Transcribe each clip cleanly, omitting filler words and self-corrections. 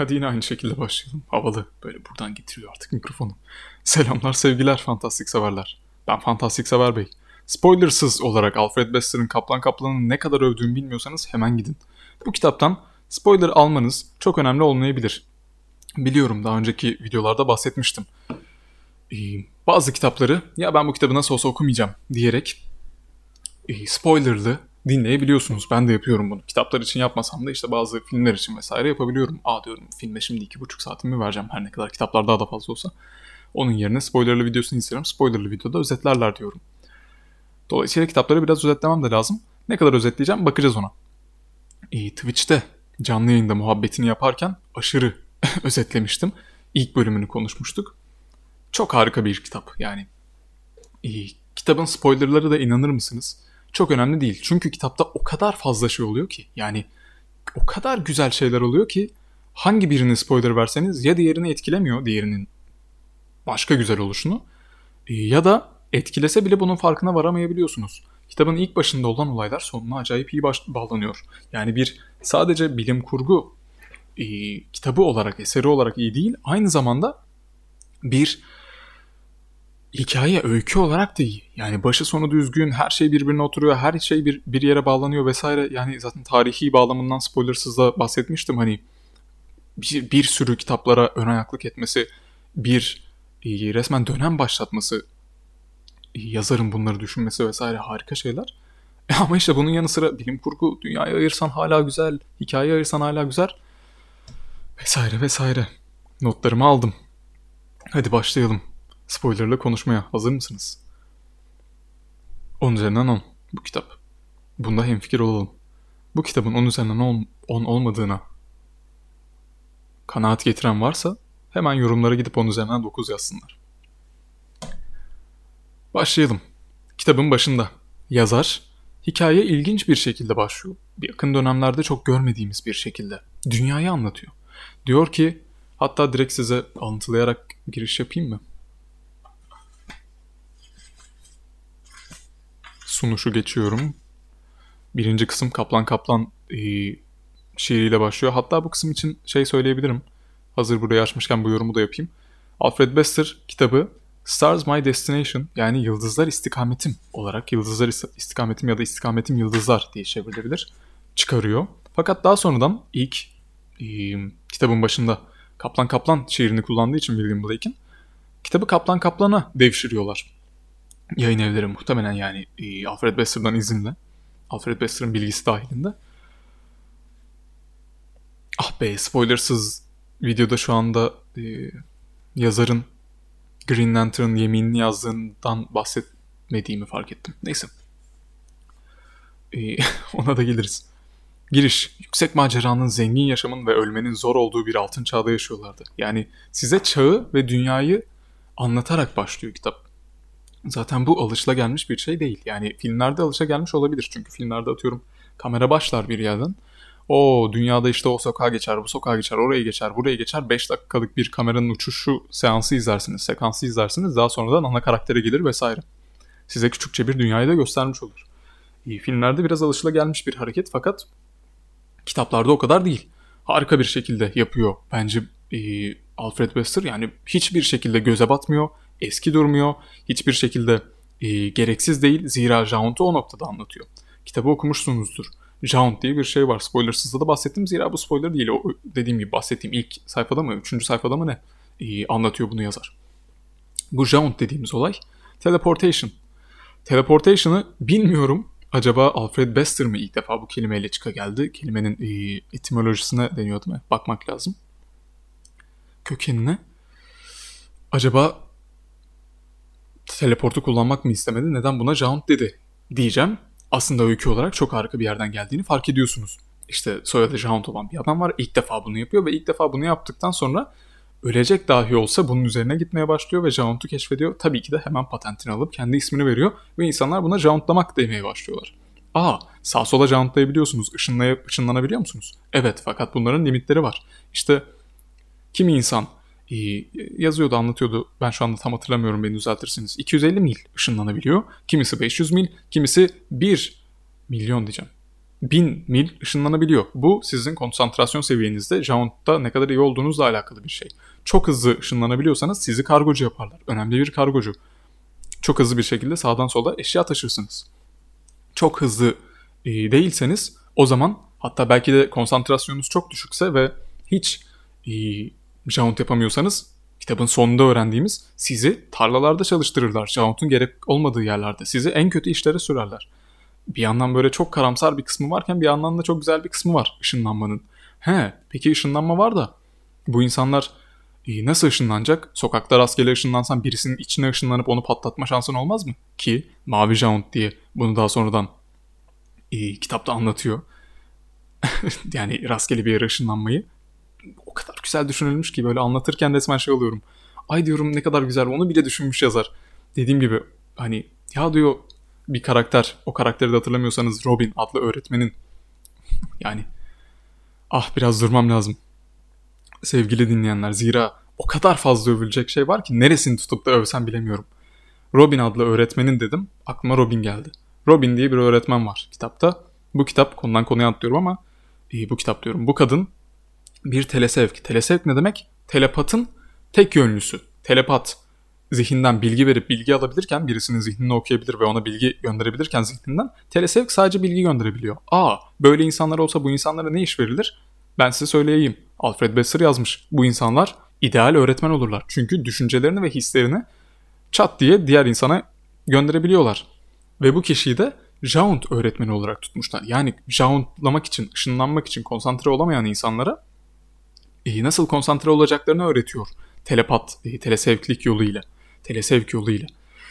Hadi yine aynı şekilde başlayalım. Havalı. Böyle buradan getiriyor artık mikrofonu. Selamlar sevgiler fantastik severler. Ben fantastik sever bey. Spoilersız olarak Alfred Bester'ın Kaplan Kaplan'ı ne kadar övdüğümü bilmiyorsanız hemen gidin. Bu kitaptan spoiler almanız çok önemli olmayabilir. Biliyorum, daha önceki videolarda bahsetmiştim. Bazı kitapları ya ben bu kitabı nasıl olsa okumayacağım diyerek spoilerlı dinleyebiliyorsunuz. Ben de yapıyorum bunu. Kitaplar için yapmasam da işte bazı filmler için vesaire yapabiliyorum. Diyorum, filme şimdi 2,5 saatimi vereceğim, her ne kadar kitaplar daha da fazla olsa. Onun yerine spoilerlı videosunu izlerim. Spoilerlı videoda özetlerler diyorum. Dolayısıyla kitapları biraz özetlemem de lazım. Ne kadar özetleyeceğim bakacağız ona. Twitch'te canlı yayında muhabbetini yaparken aşırı özetlemiştim. İlk bölümünü konuşmuştuk. Çok harika bir kitap yani. Kitabın spoilerları da, inanır mısınız, çok önemli değil. Çünkü kitapta o kadar fazla şey oluyor ki, yani o kadar güzel şeyler oluyor ki hangi birini spoiler verseniz ya diğerini etkilemiyor, diğerinin başka güzel oluşunu, ya da etkilese bile bunun farkına varamayabiliyorsunuz. Kitabın ilk başında olan olaylar sonuna acayip iyi bağlanıyor. Yani bir sadece bilim kurgu kitabı olarak, eseri olarak iyi değil, aynı zamanda bir hikaye, öykü olarak da iyi. Yani başı sonu düzgün, her şey birbirine oturuyor, her şey bir yere bağlanıyor vesaire. Yani zaten tarihi bağlamından spoilersız da bahsetmiştim. Hani bir sürü kitaplara ön ayaklık etmesi, bir resmen dönem başlatması, yazarın bunları düşünmesi vesaire harika şeyler. Ama işte bunun yanı sıra bilim kurgu, dünyayı ayırsan hala güzel, hikayeyi ayırsan hala güzel vesaire vesaire. Notlarımı aldım. Hadi başlayalım. Spoilerla konuşmaya hazır mısınız? 10 üzerinden 10 bu kitap. Bunda hemfikir olalım. Bu kitabın 10 üzerinden 10 olmadığına kanaat getiren varsa hemen yorumlara gidip 10 üzerinden 9 yazsınlar. Başlayalım. Kitabın başında yazar hikaye ilginç bir şekilde başlıyor. Yakın dönemlerde çok görmediğimiz bir şekilde dünyayı anlatıyor. Diyor ki, hatta direkt size alıntılayarak giriş yapayım mı? Sunuşu geçiyorum. Birinci kısım Kaplan Kaplan şiiriyle başlıyor. Hatta bu kısım için şey söyleyebilirim. Hazır burayı açmışken bu yorumu da yapayım. Alfred Bester kitabı Stars My Destination, yani Yıldızlar İstikametim olarak, Yıldızlar İstikametim ya da İstikametim Yıldızlar diye çevrilebilir, çıkarıyor. Fakat daha sonradan ilk kitabın başında Kaplan Kaplan şiirini kullandığı için William Blake'in kitabı Kaplan Kaplan'a devşiriyorlar. Yayın evleri muhtemelen, yani Alfred Bester'dan izinle. Alfred Bester'ın bilgisi dahilinde. Ah be, spoilersız videoda şu anda yazarın Green Lantern'ın yeminini yazdığından bahsetmediğimi fark ettim. Neyse. Ona da geliriz. Giriş. Yüksek maceranın, zengin yaşamın ve ölmenin zor olduğu bir altın çağda yaşıyorlardı. Yani size çağı ve dünyayı anlatarak başlıyor kitap. Zaten bu alışılagelmiş bir şey değil. Yani filmlerde alışagelmiş olabilir. Çünkü filmlerde atıyorum kamera başlar bir yerden. Dünyada işte o sokağa geçer, bu sokağa geçer, oraya geçer, buraya geçer. 5 dakikalık bir kameranın uçuşu seansı izlersiniz, sekansı izlersiniz. Daha sonradan ana karaktere gelir vesaire. Size küçükçe bir dünyayı da göstermiş olur. Filmlerde biraz alışılagelmiş bir hareket, fakat kitaplarda o kadar değil. Harika bir şekilde yapıyor bence Alfred Bester. Yani hiçbir şekilde göze batmıyor, eski durmuyor, hiçbir şekilde gereksiz değil. Zira Jaunt'u o noktada anlatıyor. Kitabı okumuşsunuzdur. Jaunt diye bir şey var. Spoilersızda da bahsettim. Zira bu spoiler değil. O dediğim gibi bahsettiğim ilk sayfada mı, 3. sayfada mı ne anlatıyor bunu yazar. Bu Jaunt dediğimiz olay teleportation. Teleportation'ı bilmiyorum. Acaba Alfred Bester mi ilk defa bu kelimeyle geldi? Kelimenin etimolojisine deniyor değil mi? Bakmak lazım. Kökenine. Acaba teleportu kullanmak mı istemedi? Neden buna Jaunt dedi diyeceğim. Aslında öykü olarak çok harika bir yerden geldiğini fark ediyorsunuz. İşte soyadı Jaunt olan bir adam var. İlk defa bunu yapıyor ve ilk defa bunu yaptıktan sonra ölecek dahi olsa bunun üzerine gitmeye başlıyor ve Jaunt'u keşfediyor. Tabii ki de hemen patentini alıp kendi ismini veriyor ve insanlar buna Jaunt'lamak demeye başlıyorlar. Sağ sola Jaunt'layabiliyorsunuz. Işınlanabiliyor musunuz? Evet, fakat bunların limitleri var. İşte kimi insan yazıyordu, anlatıyordu. Ben şu anda tam hatırlamıyorum, beni düzeltirsiniz. 250 mil ışınlanabiliyor. Kimisi 500 mil, kimisi 1 milyon diyeceğim. 1000 mil ışınlanabiliyor. Bu sizin konsantrasyon seviyenizde Jaunt'ta ne kadar iyi olduğunuzla alakalı bir şey. Çok hızlı ışınlanabiliyorsanız sizi kargocu yaparlar. Önemli bir kargocu. Çok hızlı bir şekilde sağdan sola eşya taşırsınız. Çok hızlı değilseniz o zaman, hatta belki de konsantrasyonunuz çok düşükse ve hiç Jaunt yapamıyorsanız, kitabın sonunda öğrendiğimiz, sizi tarlalarda çalıştırırlar. Jaunt'un gerek olmadığı yerlerde. Sizi en kötü işlere sürerler. Bir yandan böyle çok karamsar bir kısmı varken bir yandan da çok güzel bir kısmı var ışınlanmanın. Peki ışınlanma var da bu insanlar nasıl ışınlanacak? Sokakta rastgele ışınlansan birisinin içine ışınlanıp onu patlatma şansın olmaz mı? Ki Mavi Jaunt diye bunu daha sonradan kitapta anlatıyor. Yani rastgele bir yere ışınlanmayı. O kadar güzel düşünülmüş ki böyle anlatırken resmen şey oluyorum. Ay diyorum, ne kadar güzel, onu bile düşünmüş yazar. Dediğim gibi hani ya diyor bir karakter, o karakteri de hatırlamıyorsanız Robin adlı öğretmenin, yani biraz durmam lazım sevgili dinleyenler, zira o kadar fazla övülecek şey var ki neresini tutup da övsem bilemiyorum. Robin adlı öğretmenin dedim, aklıma Robin geldi. Robin diye bir öğretmen var kitapta. Bu kitap, konudan konuya atlıyorum ama bu kitap diyorum. Bu kadın bir telesevk. Telesevk ne demek? Telepatın tek yönlüsü. Telepat zihinden bilgi verip bilgi alabilirken, birisinin zihnini okuyabilir ve ona bilgi gönderebilirken zihninden, telesevk sadece bilgi gönderebiliyor. Böyle insanlar olsa bu insanlara ne iş verilir? Ben size söyleyeyim. Alfred Bester yazmış. Bu insanlar ideal öğretmen olurlar. Çünkü düşüncelerini ve hislerini çat diye diğer insana gönderebiliyorlar. Ve bu kişiyi de Jaunt öğretmeni olarak tutmuşlar. Yani Jauntlamak için, ışınlanmak için konsantre olamayan insanlara nasıl konsantre olacaklarını öğretiyor. Telepat, telesevklik yoluyla. Telesevk yoluyla.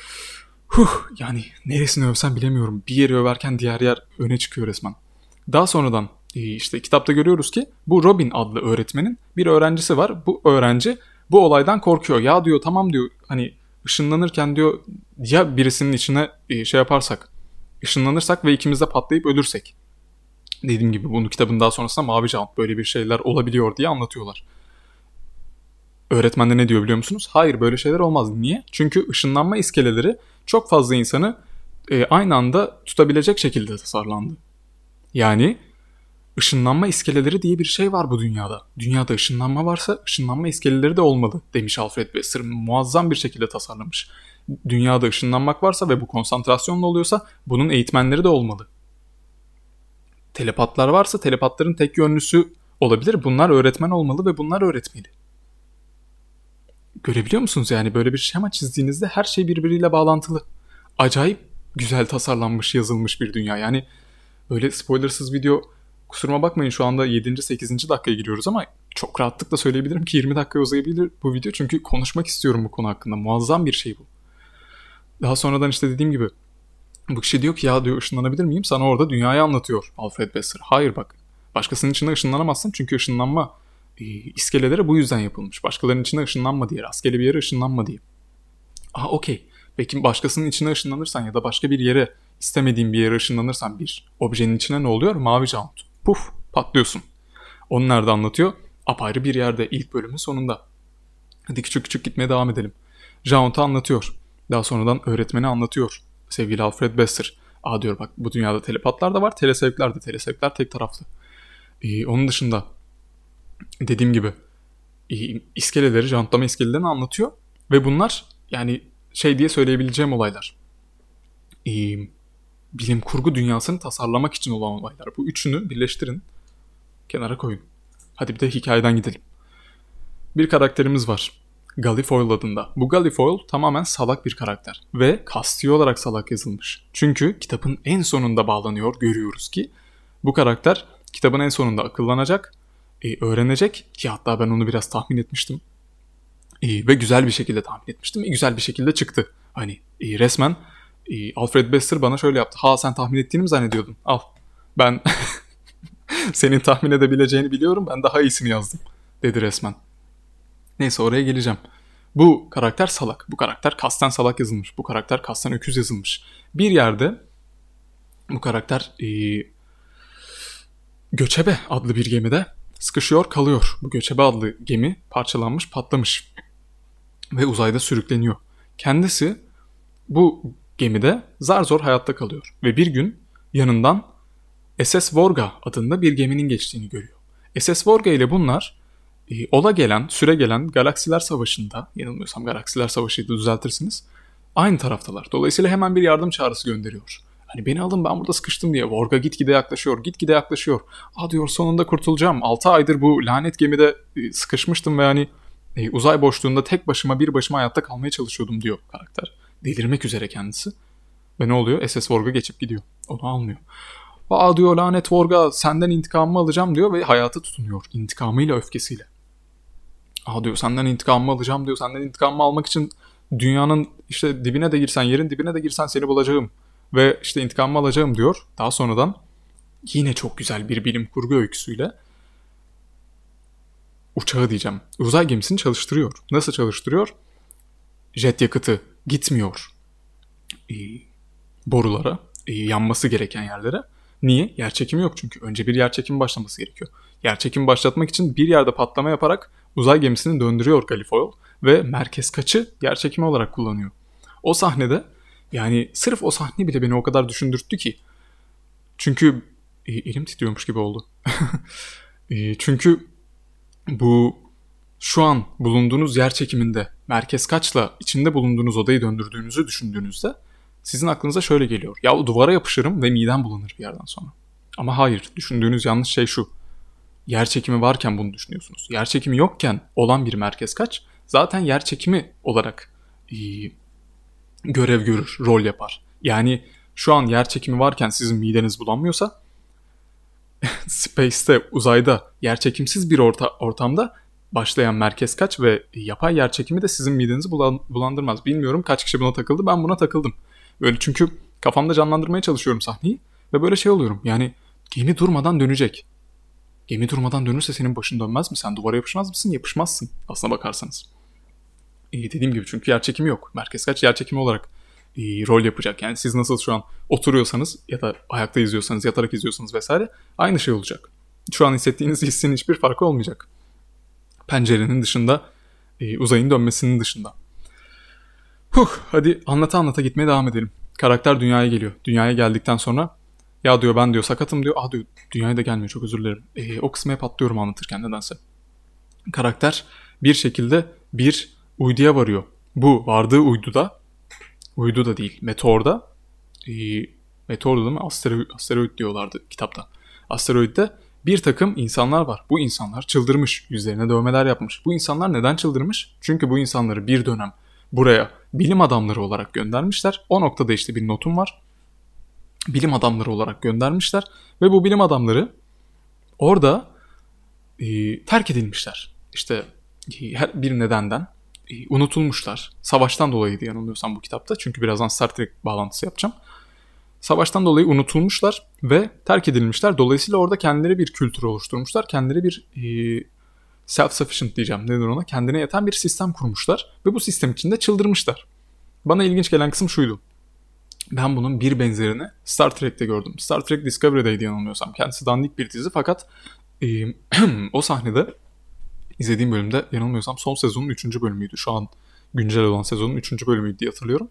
Yani neresini övsem bilemiyorum. Bir yeri överken diğer yer öne çıkıyor resmen. Daha sonradan işte kitapta görüyoruz ki bu Robin adlı öğretmenin bir öğrencisi var. Bu öğrenci bu olaydan korkuyor. Ya diyor, tamam diyor, hani ışınlanırken diyor ya birisinin içine şey yaparsak, ışınlanırsak ve ikimiz de patlayıp ölürsek. Dediğim gibi bunu kitabın daha sonrasında Mavi Jaunt böyle bir şeyler olabiliyor diye anlatıyorlar. Öğretmen de ne diyor biliyor musunuz? Hayır, böyle şeyler olmaz. Niye? Çünkü ışınlanma iskeleleri çok fazla insanı aynı anda tutabilecek şekilde tasarlandı. Yani ışınlanma iskeleleri diye bir şey var bu dünyada. Dünyada ışınlanma varsa ışınlanma iskeleleri de olmalı demiş Alfred Bester. Muazzam bir şekilde tasarlamış. Dünyada ışınlanmak varsa ve bu konsantrasyonla oluyorsa bunun eğitmenleri de olmalı. Telepatlar varsa telepatların tek yönlüsü olabilir. Bunlar öğretmen olmalı ve bunlar öğretmeli. Görebiliyor musunuz yani, böyle bir şema çizdiğinizde her şey birbiriyle bağlantılı. Acayip güzel tasarlanmış, yazılmış bir dünya. Yani böyle spoilersız video, kusuruma bakmayın, şu anda 7. 8. dakikaya giriyoruz ama çok rahatlıkla söyleyebilirim ki 20 dakika uzayabilir bu video. Çünkü konuşmak istiyorum bu konu hakkında. Muazzam bir şey bu. Daha sonradan işte dediğim gibi bu kişi diyor ki ya diyor, ışınlanabilir miyim? Sana orada dünyayı anlatıyor Alfred Bester. Hayır bak, başkasının içine ışınlanamazsın çünkü ışınlanma iskeleleri bu yüzden yapılmış. Başkalarının içine ışınlanma diye, rastgele bir yere ışınlanma diye. Okey. Peki başkasının içine ışınlanırsan ya da başka bir yere, istemediğin bir yere ışınlanırsan bir objenin içine ne oluyor? Mavi Jaunt. Puf, patlıyorsun. Onu nerede anlatıyor? Apayrı bir yerde, ilk bölümün sonunda. Hadi küçük küçük gitmeye devam edelim. Jaunt'u anlatıyor. Daha sonradan öğretmeni anlatıyor. Sevgili Alfred Bester. Diyor bak, bu dünyada telepatlar da var, telesevkler de. Telesevkler tek taraflı. Onun dışında dediğim gibi iskeleleri, jantlama iskelelerini anlatıyor. Ve bunlar yani şey diye söyleyebileceğim olaylar. Bilim kurgu dünyasını tasarlamak için olan olaylar. Bu üçünü birleştirin, kenara koyun. Hadi bir de hikayeden gidelim. Bir karakterimiz var. Gallifloy adında. Bu Gallifloy tamamen salak bir karakter. Ve kasti olarak salak yazılmış. Çünkü kitabın en sonunda bağlanıyor, görüyoruz ki bu karakter kitabın en sonunda akıllanacak, öğrenecek ki hatta ben onu biraz tahmin etmiştim. Ve güzel bir şekilde tahmin etmiştim ve güzel bir şekilde çıktı. Hani resmen Alfred Bester bana şöyle yaptı. Sen tahmin ettiğini mi zannediyordun? Al. Ben senin tahmin edebileceğini biliyorum. Ben daha iyisini yazdım. Dedi resmen. Neyse, oraya geleceğim. Bu karakter salak. Bu karakter kasten salak yazılmış. Bu karakter kasten öküz yazılmış. Bir yerde bu karakter Göçebe adlı bir gemide sıkışıyor kalıyor. Bu Göçebe adlı gemi parçalanmış, patlamış ve uzayda sürükleniyor. Kendisi bu gemide zar zor hayatta kalıyor ve bir gün yanından SS Vorga adında bir geminin geçtiğini görüyor. SS Vorga ile bunlar süre gelen Galaksiler Savaşı'nda, yanılmıyorsam Galaksiler Savaşı'ydı, düzeltirsiniz, aynı taraftalar. Dolayısıyla hemen bir yardım çağrısı gönderiyor. Hani beni alın, ben burada sıkıştım diye. Vorga gitgide yaklaşıyor, gitgide yaklaşıyor. Diyor, sonunda kurtulacağım. 6 aydır bu lanet gemide sıkışmıştım ve hani uzay boşluğunda bir başıma hayatta kalmaya çalışıyordum diyor karakter. Delirmek üzere kendisi. Ve ne oluyor? SS Vorga geçip gidiyor. Onu almıyor. Diyor, lanet Vorga, senden intikamımı alacağım diyor ve hayata tutunuyor. İntikamıyla, öfkesiyle. Diyor, senden intikamımı alacağım diyor. Senden intikamımı almak için dünyanın işte dibine de girsen, yerin dibine de girsen seni bulacağım. Ve işte intikamımı alacağım diyor. Daha sonradan yine çok güzel bir bilim kurgu öyküsüyle uzay gemisini çalıştırıyor. Nasıl çalıştırıyor? Jet yakıtı gitmiyor borulara, yanması gereken yerlere. Niye? Yerçekimi yok çünkü. Önce bir yerçekimi başlaması gerekiyor. Yerçekimi başlatmak için bir yerde patlama yaparak uzay gemisini döndürüyor Gallifloy ve merkez kaçı yerçekimi olarak kullanıyor. O sahnede, yani sırf o sahne bile beni o kadar düşündürttü ki. Çünkü elim titriyormuş gibi oldu. Çünkü bu şu an bulunduğunuz yerçekiminde merkez kaçla içinde bulunduğunuz odayı döndürdüğünüzü düşündüğünüzde sizin aklınıza şöyle geliyor. Ya o duvara yapışırım ve midem bulanır bir yerden sonra. Ama hayır, düşündüğünüz yanlış şey şu. Yerçekimi varken bunu düşünüyorsunuz. Yerçekimi yokken olan bir merkez kaç zaten yerçekimi olarak görev görür, rol yapar. Yani şu an yerçekimi varken sizin mideniz bulanmıyorsa Space'te, uzayda yerçekimsiz bir ortamda başlayan merkez kaç ve yapay yerçekimi de sizin midenizi bulandırmaz. Bilmiyorum kaç kişi buna takıldı, ben buna takıldım. Böyle çünkü kafamda canlandırmaya çalışıyorum sahneyi ve böyle şey oluyorum. Yani gemi durmadan dönecek. Gemi durmadan dönürse senin başın dönmez mi? Sen duvara yapışmaz mısın? Yapışmazsın aslına bakarsanız. Dediğim gibi çünkü yerçekimi yok. Merkez kaç yerçekimi olarak rol yapacak. Yani siz nasıl şu an oturuyorsanız ya da ayakta izliyorsanız, yatarak izliyorsanız vesaire aynı şey olacak. Şu an hissettiğiniz hissin hiçbir farkı olmayacak. Pencerenin dışında, uzayın dönmesinin dışında. Hadi anlata gitmeye devam edelim. Karakter dünyaya geliyor. Dünyaya geldikten sonra ya diyor, ben diyor sakatım diyor. Diyor, dünyaya da gelmiyor, çok özür dilerim. O kısmı hep atlıyorum anlatırken nedense. Karakter bir şekilde bir uyduya varıyor. Bu vardığı uydu da değil, meteorda, meteorda değil mi? Asteroid diyorlardı kitapta. Asteroidde bir takım insanlar var. Bu insanlar çıldırmış, yüzlerine dövmeler yapmış. Bu insanlar neden çıldırmış? Çünkü bu insanları bir dönem buraya bilim adamları olarak göndermişler. O noktada işte bir notum var. Bilim adamları olarak göndermişler ve bu bilim adamları orada terk edilmişler. İşte her bir nedenden unutulmuşlar. Savaştan dolayıydı yanılmıyorsam bu kitapta. Çünkü birazdan Star Trek bağlantısı yapacağım. Savaştan dolayı unutulmuşlar ve terk edilmişler. Dolayısıyla orada kendileri bir kültür oluşturmuşlar. Kendileri bir self-sufficient diyeceğim. Nedir ona? Kendine yeten bir sistem kurmuşlar. Ve bu sistem içinde çıldırmışlar. Bana ilginç gelen kısım şuydu. Ben bunun bir benzerini Star Trek'te gördüm. Star Trek Discovery'deydi yanılmıyorsam. Kendisi dandik bir dizi fakat o sahnede izlediğim bölümde yanılmıyorsam son sezonun 3. bölümüydü. Şu an güncel olan sezonun 3. bölümüydü diye hatırlıyorum.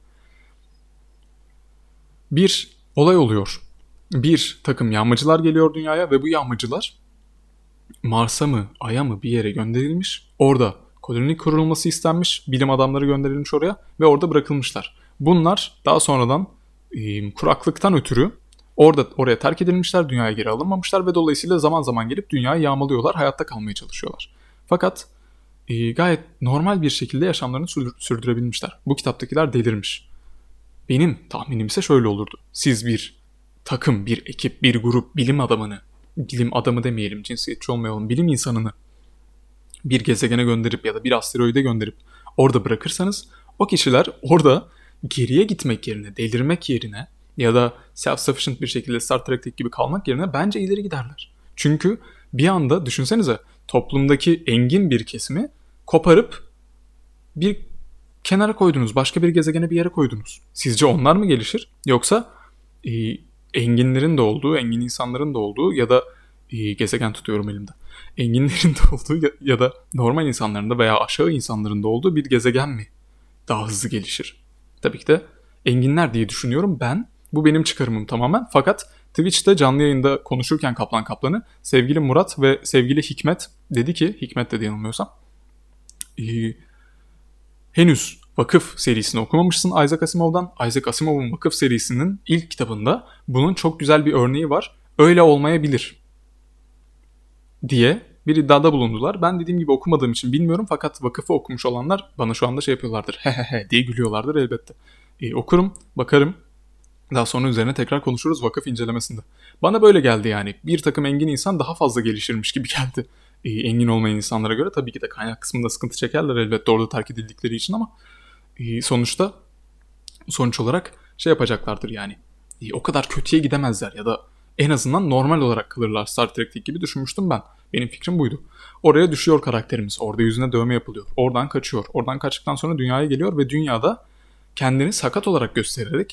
Bir olay oluyor. Bir takım yağmacılar geliyor dünyaya ve bu yağmacılar Mars'a mı, Ay'a mı bir yere gönderilmiş. Orada koloni kurulması istenmiş. Bilim adamları gönderilmiş oraya ve orada bırakılmışlar. Bunlar daha sonradan kuraklıktan ötürü oraya terk edilmişler, dünyaya geri alınmamışlar ve dolayısıyla zaman zaman gelip dünyayı yağmalıyorlar, hayatta kalmaya çalışıyorlar. Fakat gayet normal bir şekilde yaşamlarını sürdürebilmişler. Bu kitaptakiler delirmiş. Benim tahminim ise şöyle olurdu. Siz bir takım, bir ekip, bir grup bilim adamı demeyelim, cinsiyetçi olmayalım, bilim insanını bir gezegene gönderip ya da bir asteroide gönderip orada bırakırsanız o kişiler orada geriye gitmek yerine, delirmek yerine ya da self-sufficient bir şekilde Star Trek'teki gibi kalmak yerine bence ileri giderler. Çünkü bir anda düşünsenize toplumdaki engin bir kesimi koparıp bir kenara koydunuz. Başka bir gezegene bir yere koydunuz. Sizce onlar mı gelişir? Yoksa enginlerin de olduğu, engin insanların da olduğu ya da gezegen tutuyorum elimde. Enginlerin de olduğu ya da normal insanların da veya aşağı insanların da olduğu bir gezegen mi daha hızlı gelişir? Tabii ki de enginler diye düşünüyorum ben. Bu benim çıkarımım tamamen. Fakat Twitch'te canlı yayında konuşurken Kaplan Kaplan'ı sevgili Murat ve sevgili Hikmet dedi ki, Hikmet de yanılmıyorsam, e, henüz Vakıf serisini okumamışsın Isaac Asimov'dan. Isaac Asimov'un Vakıf serisinin ilk kitabında bunun çok güzel bir örneği var. Öyle olmayabilir diye bir iddiada bulundular. Ben dediğim gibi okumadığım için bilmiyorum fakat Vakıf'ı okumuş olanlar bana şu anda şey yapıyorlardır. Hehehe diye gülüyorlardır elbette. Okurum, bakarım. Daha sonra üzerine tekrar konuşuruz Vakıf incelemesinde. Bana böyle geldi yani. Bir takım engin insan daha fazla gelişirmiş gibi geldi. Engin olmayan insanlara göre tabii ki de kaynak kısmında sıkıntı çekerler elbette orada terk edildikleri için ama sonuç olarak şey yapacaklardır yani. O kadar kötüye gidemezler ya da en azından normal olarak kalırlar Star Trek'teki gibi düşünmüştüm ben. Benim fikrim buydu. Oraya düşüyor karakterimiz. Orada yüzüne dövme yapılıyor. Oradan kaçıyor. Oradan kaçtıktan sonra dünyaya geliyor ve dünyada kendini sakat olarak göstererek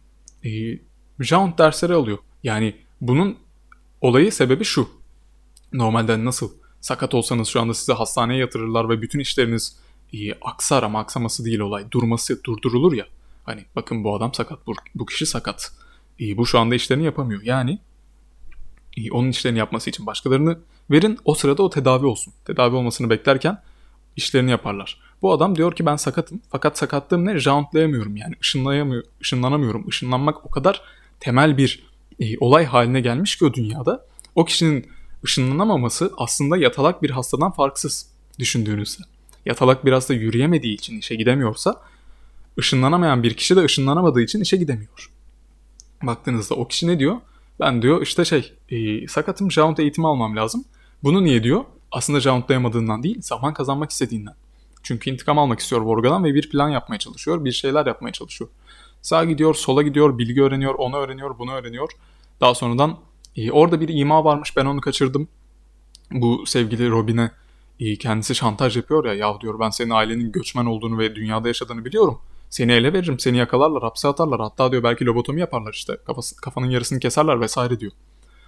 Jaunt dersleri alıyor. Yani bunun olayı sebebi şu. Normalde nasıl sakat olsanız şu anda sizi hastaneye yatırırlar ve bütün işleriniz aksar ama aksaması değil olay. Durdurulur ya. Hani bakın bu adam sakat, bu kişi sakat. Bu şu anda işlerini yapamıyor. Yani onun işlerini yapması için başkalarını verin. O sırada o tedavi olsun. Tedavi olmasını beklerken işlerini yaparlar. Bu adam diyor ki ben sakatım. Fakat sakatlığım ne? Jauntlayamıyorum yani. Işınlanamıyorum. Işınlanmak o kadar temel bir olay haline gelmiş ki o dünyada. O kişinin ışınlanamaması aslında yatalak bir hastadan farksız düşündüğünüzde. Yatalak bir hasta yürüyemediği için işe gidemiyorsa ışınlanamayan bir kişi de ışınlanamadığı için işe gidemiyor. Baktığınızda o kişi ne diyor? Ben diyor işte sakatım, Jaunt eğitimi almam lazım. Bunu niye diyor? Aslında Jauntlayamadığından değil, zaman kazanmak istediğinden. Çünkü intikam almak istiyor Vorga'dan ve bir plan yapmaya çalışıyor, bir şeyler yapmaya çalışıyor. Sağa gidiyor, sola gidiyor, bilgi öğreniyor, onu öğreniyor, bunu öğreniyor. Daha sonradan orada bir ima varmış, ben onu kaçırdım. Bu sevgili Robin'e kendisi şantaj yapıyor ya diyor ben senin ailenin göçmen olduğunu ve dünyada yaşadığını biliyorum. Seni ele veririm, seni yakalarlar, hapse atarlar. Hatta diyor belki lobotomi yaparlar işte. Kafanın yarısını keserler vesaire diyor.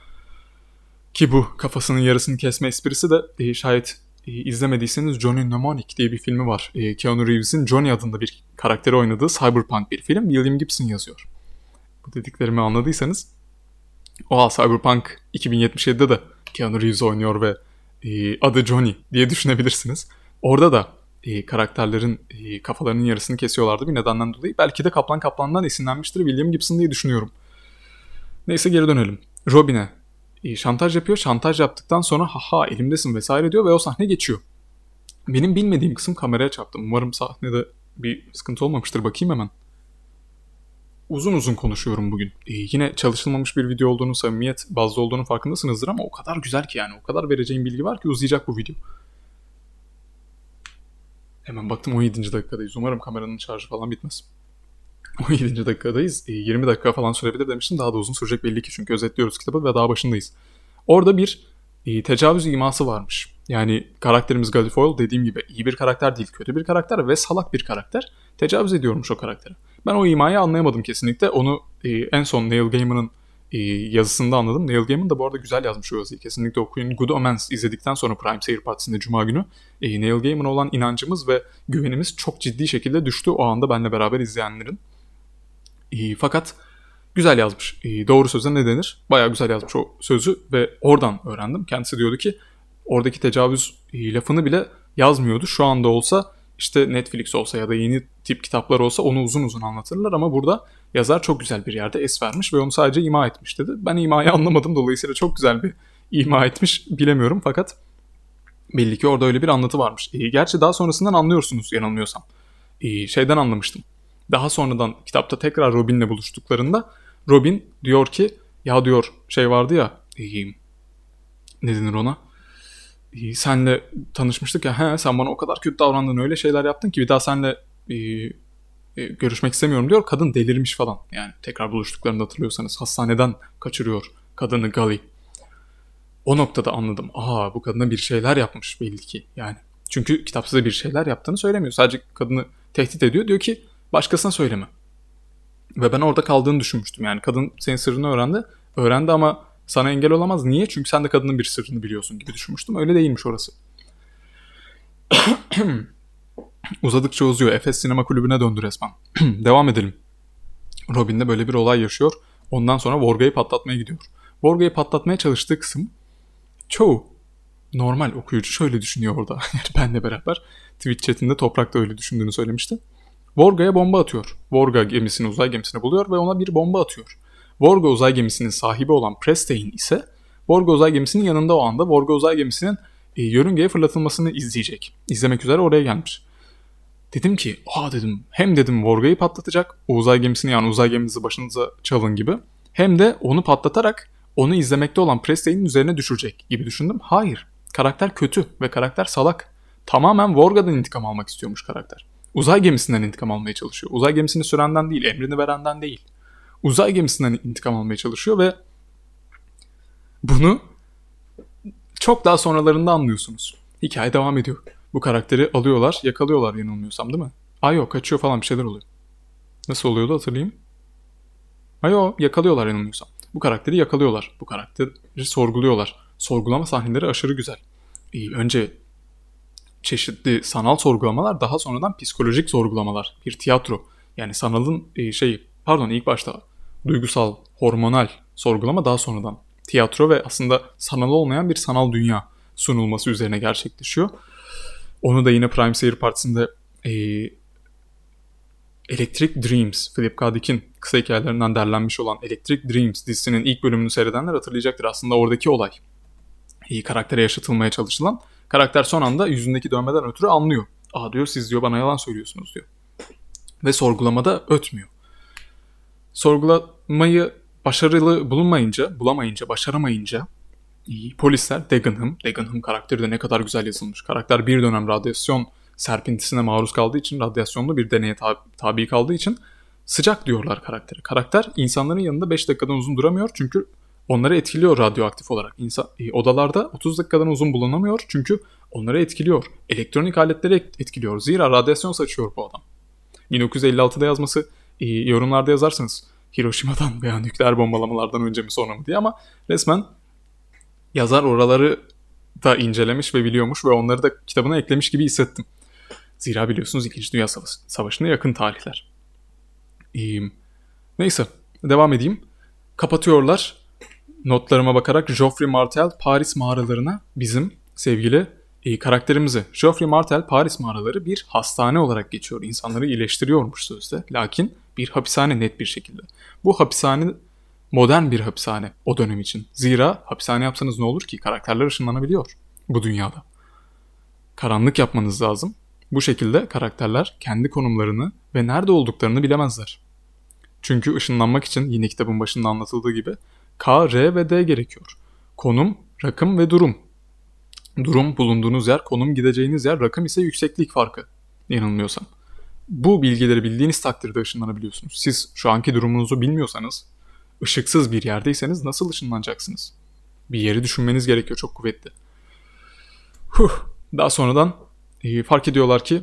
Ki bu kafasının yarısını kesme esprisi de şayet izlemediyseniz Johnny Mnemonic diye bir filmi var. Keanu Reeves'in Johnny adında bir karakteri oynadığı cyberpunk bir film. William Gibson yazıyor. Bu dediklerimi anladıysanız Cyberpunk 2077'de de Keanu Reeves oynuyor ve adı Johnny diye düşünebilirsiniz. Orada da karakterlerin kafalarının yarısını kesiyorlardı bir nedenden dolayı. Belki de Kaplan Kaplan'dan esinlenmiştir William Gibson diye düşünüyorum. Neyse geri dönelim. Robin'e şantaj yapıyor. Şantaj yaptıktan sonra haha elimdesin vesaire diyor ve o sahne geçiyor. Benim bilmediğim kısım kameraya çarptım. Umarım sahnede bir sıkıntı olmamıştır. Bakayım hemen. Uzun uzun konuşuyorum bugün. Yine çalışılmamış bir video olduğunu, samimiyet bazlı olduğunu farkındasınızdır ama o kadar güzel ki yani. O kadar vereceğim bilgi var ki uzayacak bu video. Hemen baktım 17. dakikadayız. Umarım kameranın şarjı falan bitmez. 17. dakikadayız. 20 dakika falan sürebilir demiştim. Daha da uzun sürecek belli ki çünkü özetliyoruz kitabı ve daha başındayız. Orada bir tecavüz iması varmış. Yani karakterimiz Gallifloy dediğim gibi iyi bir karakter değil, kötü bir karakter ve salak bir karakter. Tecavüz ediyormuş o karaktere. Ben o imayı anlayamadım kesinlikle. Onu en son Neil Gaiman'ın yazısında anladım. Neil Gaiman da bu arada güzel yazmış o yazıyı. Kesinlikle okuyun. Good Omens izledikten sonra Prime Seyir Partisi'nde Cuma günü Neil Gaiman'a olan inancımız ve güvenimiz çok ciddi şekilde düştü o anda benimle beraber izleyenlerin. Fakat güzel yazmış. Doğru söze ne denir? Bayağı güzel yazmış o sözü ve oradan öğrendim. Kendisi diyordu ki oradaki tecavüz lafını bile yazmıyordu. Şu anda olsa işte Netflix olsa ya da yeni tip kitaplar olsa onu uzun uzun anlatırlar ama burada yazar çok güzel bir yerde es vermiş ve onu sadece ima etmiş dedi. Ben imayı anlamadım, dolayısıyla çok güzel bir ima etmiş bilemiyorum fakat belli ki orada öyle bir anlatı varmış. Gerçi daha sonrasından anlıyorsunuz yanılmıyorsam. Şeyden anlamıştım. Daha sonradan kitapta tekrar Robin'le buluştuklarında Robin diyor ki ya diyor şey vardı ya ne denir ona? Senle tanışmıştık ya sen bana o kadar kötü davrandın öyle şeyler yaptın ki bir daha seninle görüşmek istemiyorum diyor. Kadın delirmiş falan. Yani tekrar buluştuklarında hatırlıyorsanız hastaneden kaçırıyor kadını Gully. O noktada anladım. Bu kadına bir şeyler yapmış belli ki yani. Çünkü kitap size bir şeyler yaptığını söylemiyor. Sadece kadını tehdit ediyor. Diyor ki başkasına söyleme. Ve ben orada kaldığını düşünmüştüm. Yani kadın senin sırrını öğrendi. Öğrendi ama sana engel olamaz. Niye? Çünkü sen de kadının bir sırrını biliyorsun gibi düşünmüştüm. Öyle değilmiş orası. Uzadıkça uzuyor. Efes Sinema Kulübü'ne döndü resmen. Devam edelim. Robin'de böyle bir olay yaşıyor. Ondan sonra Vorga'yı patlatmaya gidiyor. Vorga'yı patlatmaya çalıştığı kısım çoğu normal okuyucu şöyle düşünüyor orada. Yani benle beraber Twitch chatinde Toprak da öyle düşündüğünü söylemişti. Vorga'ya bomba atıyor. Vorga gemisini, uzay gemisini buluyor ve ona bir bomba atıyor. Vorga uzay gemisinin sahibi olan Prestein ise Vorga uzay gemisinin yanında o anda Vorga uzay gemisinin yörüngeye fırlatılmasını izleyecek. İzlemek üzere oraya gelmiş. Dedim ki, dedim hem dedim Vorga'yı patlatacak, o uzay gemisini, yani uzay geminizi başınıza çalın gibi, hem de onu patlatarak onu izlemekte olan Prestein'in üzerine düşürecek gibi düşündüm. Hayır, karakter kötü ve karakter salak. Tamamen Vorga'dan intikam almak istiyormuş karakter. Uzay gemisinden intikam almaya çalışıyor. Uzay gemisini sürenden değil, emrini verenden değil. Uzay gemisinden intikam almaya çalışıyor ve bunu çok daha sonralarında anlıyorsunuz. Hikaye devam ediyor. Bu karakteri alıyorlar, yakalıyorlar yanılmıyorsam, değil mi? Yok, kaçıyor falan, bir şeyler oluyor. Nasıl oluyordu hatırlayayım. Yok, yakalıyorlar yanılmıyorsam. Bu karakteri yakalıyorlar. Bu karakteri sorguluyorlar. Sorgulama sahneleri aşırı güzel. Önce çeşitli sanal sorgulamalar, daha sonradan psikolojik sorgulamalar. Bir tiyatro. Yani sanalın ilk başta duygusal, hormonal sorgulama, daha sonradan tiyatro ve aslında sanal olmayan bir sanal dünya sunulması üzerine gerçekleşiyor. Onu da yine Prime Seyir Partisi'nde Electric Dreams, Philip K. Dick'in kısa hikayelerinden derlenmiş olan Electric Dreams dizisinin ilk bölümünü seyredenler hatırlayacaktır. Aslında oradaki olay karaktere yaşatılmaya çalışılan. Karakter son anda yüzündeki dövmeden ötürü anlıyor. Diyor, siz diyor bana yalan söylüyorsunuz diyor. Ve sorgulamada ötmüyor. Sorgulamayı başaramayınca polisler Dagenham karakteri de ne kadar güzel yazılmış. Karakter bir dönem radyasyon serpintisine maruz kaldığı için, radyasyonlu bir deneye tabi kaldığı için sıcak diyorlar karaktere. Karakter insanların yanında 5 dakikadan uzun duramıyor çünkü onları etkiliyor radyoaktif olarak. Odalarda 30 dakikadan uzun bulunamıyor çünkü onları etkiliyor. Elektronik aletleri etkiliyor. Zira radyasyon saçıyor bu adam. 1956'da yazması, yorumlarda yazarsınız Hiroşima'dan veya nükleer bombalamalardan önce mi sonra mı diye, ama resmen yazar oraları da incelemiş ve biliyormuş ve onları da kitabına eklemiş gibi hissettim. Zira biliyorsunuz 2. Dünya Savaşı'na yakın tarihler. Neyse, devam edeyim. Kapatıyorlar. Notlarıma bakarak Geoffrey Martel Paris mağaralarına bizim sevgili karakterimizi. Geoffrey Martel Paris mağaraları bir hastane olarak geçiyor. İnsanları iyileştiriyormuş sözde. Lakin bir hapishane net bir şekilde. Bu hapishane modern bir hapishane o dönem için. Zira hapishane yapsanız ne olur ki? Karakterler ışınlanabiliyor bu dünyada. Karanlık yapmanız lazım. Bu şekilde karakterler kendi konumlarını ve nerede olduklarını bilemezler. Çünkü ışınlanmak için yine kitabın başında anlatıldığı gibi K, R ve D gerekiyor. Konum, rakım ve durum. Durum bulunduğunuz yer, konum gideceğiniz yer, rakım ise yükseklik farkı yanılmıyorsam. Bu bilgileri bildiğiniz takdirde ışınlanabiliyorsunuz. Siz şu anki durumunuzu bilmiyorsanız, ışıksız bir yerdeyseniz nasıl ışınlanacaksınız? Bir yeri düşünmeniz gerekiyor çok kuvvetli. Daha sonradan fark ediyorlar ki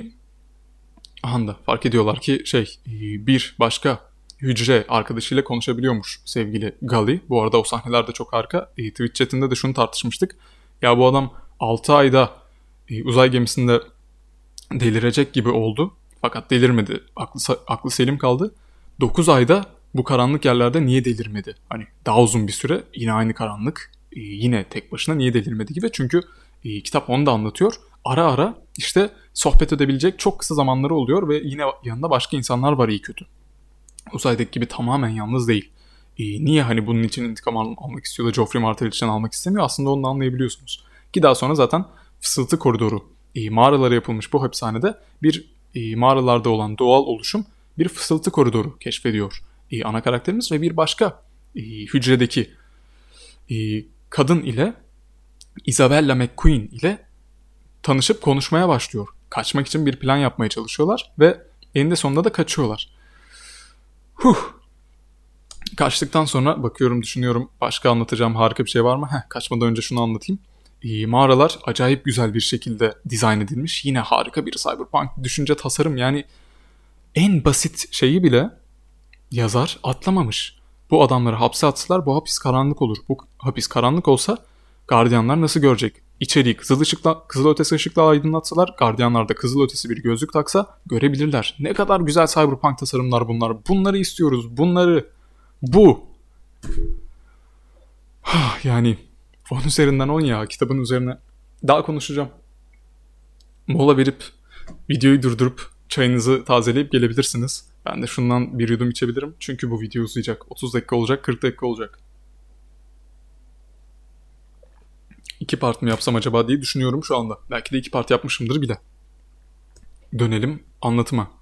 bir başka hücre arkadaşıyla konuşabiliyormuş sevgili Gully. Bu arada o sahneler de çok harika. Twitch chatinde de şunu tartışmıştık. Ya bu adam 6 ayda uzay gemisinde delirecek gibi oldu. Fakat delirmedi. Aklı selim kaldı. 9 ayda bu karanlık yerlerde niye delirmedi? Hani daha uzun bir süre yine aynı karanlık, yine tek başına niye delirmedi gibi. Çünkü kitap onu da anlatıyor. Ara ara işte sohbet edebilecek çok kısa zamanları oluyor ve yine yanında başka insanlar var iyi kötü. Uzaydaki gibi tamamen yalnız değil. Niye hani bunun için intikam almak istiyor da Geoffrey Martel için almak istemiyor? Aslında onu da anlayabiliyorsunuz. Ki daha sonra zaten fısıltı koridoru mağaralara yapılmış bu hapishanede bir mağaralarda olan doğal oluşum bir fısıltı koridoru keşfediyor ana karakterimiz ve bir başka hücredeki kadın ile Isabella McQueen ile tanışıp konuşmaya başlıyor. Kaçmak için bir plan yapmaya çalışıyorlar ve eninde sonunda da kaçıyorlar. Kaçtıktan sonra bakıyorum, düşünüyorum başka anlatacağım harika bir şey var mı? Kaçmadan önce şunu anlatayım. Mağaralar acayip güzel bir şekilde dizayn edilmiş. Yine harika bir cyberpunk düşünce tasarım, yani en basit şeyi bile yazar atlamamış. Bu adamları hapse atsalar bu hapis karanlık olur. Bu hapis karanlık olsa gardiyanlar nasıl görecek? İçeriği kızıl ötesi ışıkla aydınlatsalar, gardiyanlar da kızıl ötesi bir gözlük taksa görebilirler. Ne kadar güzel cyberpunk tasarımlar bunlar. Bunları istiyoruz, bunları. Bu. Yani 10 üzerinden 10 ya. Kitabın üzerine daha konuşacağım. Mola verip videoyu durdurup çayınızı tazeleyip gelebilirsiniz. Ben de şundan bir yudum içebilirim. Çünkü bu video uzayacak. 30 dakika olacak, 40 dakika olacak. 2 part mı yapsam acaba diye düşünüyorum şu anda. Belki de 2 part yapmışımdır bile. Dönelim anlatıma.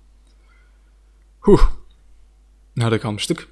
Nerede kalmıştık?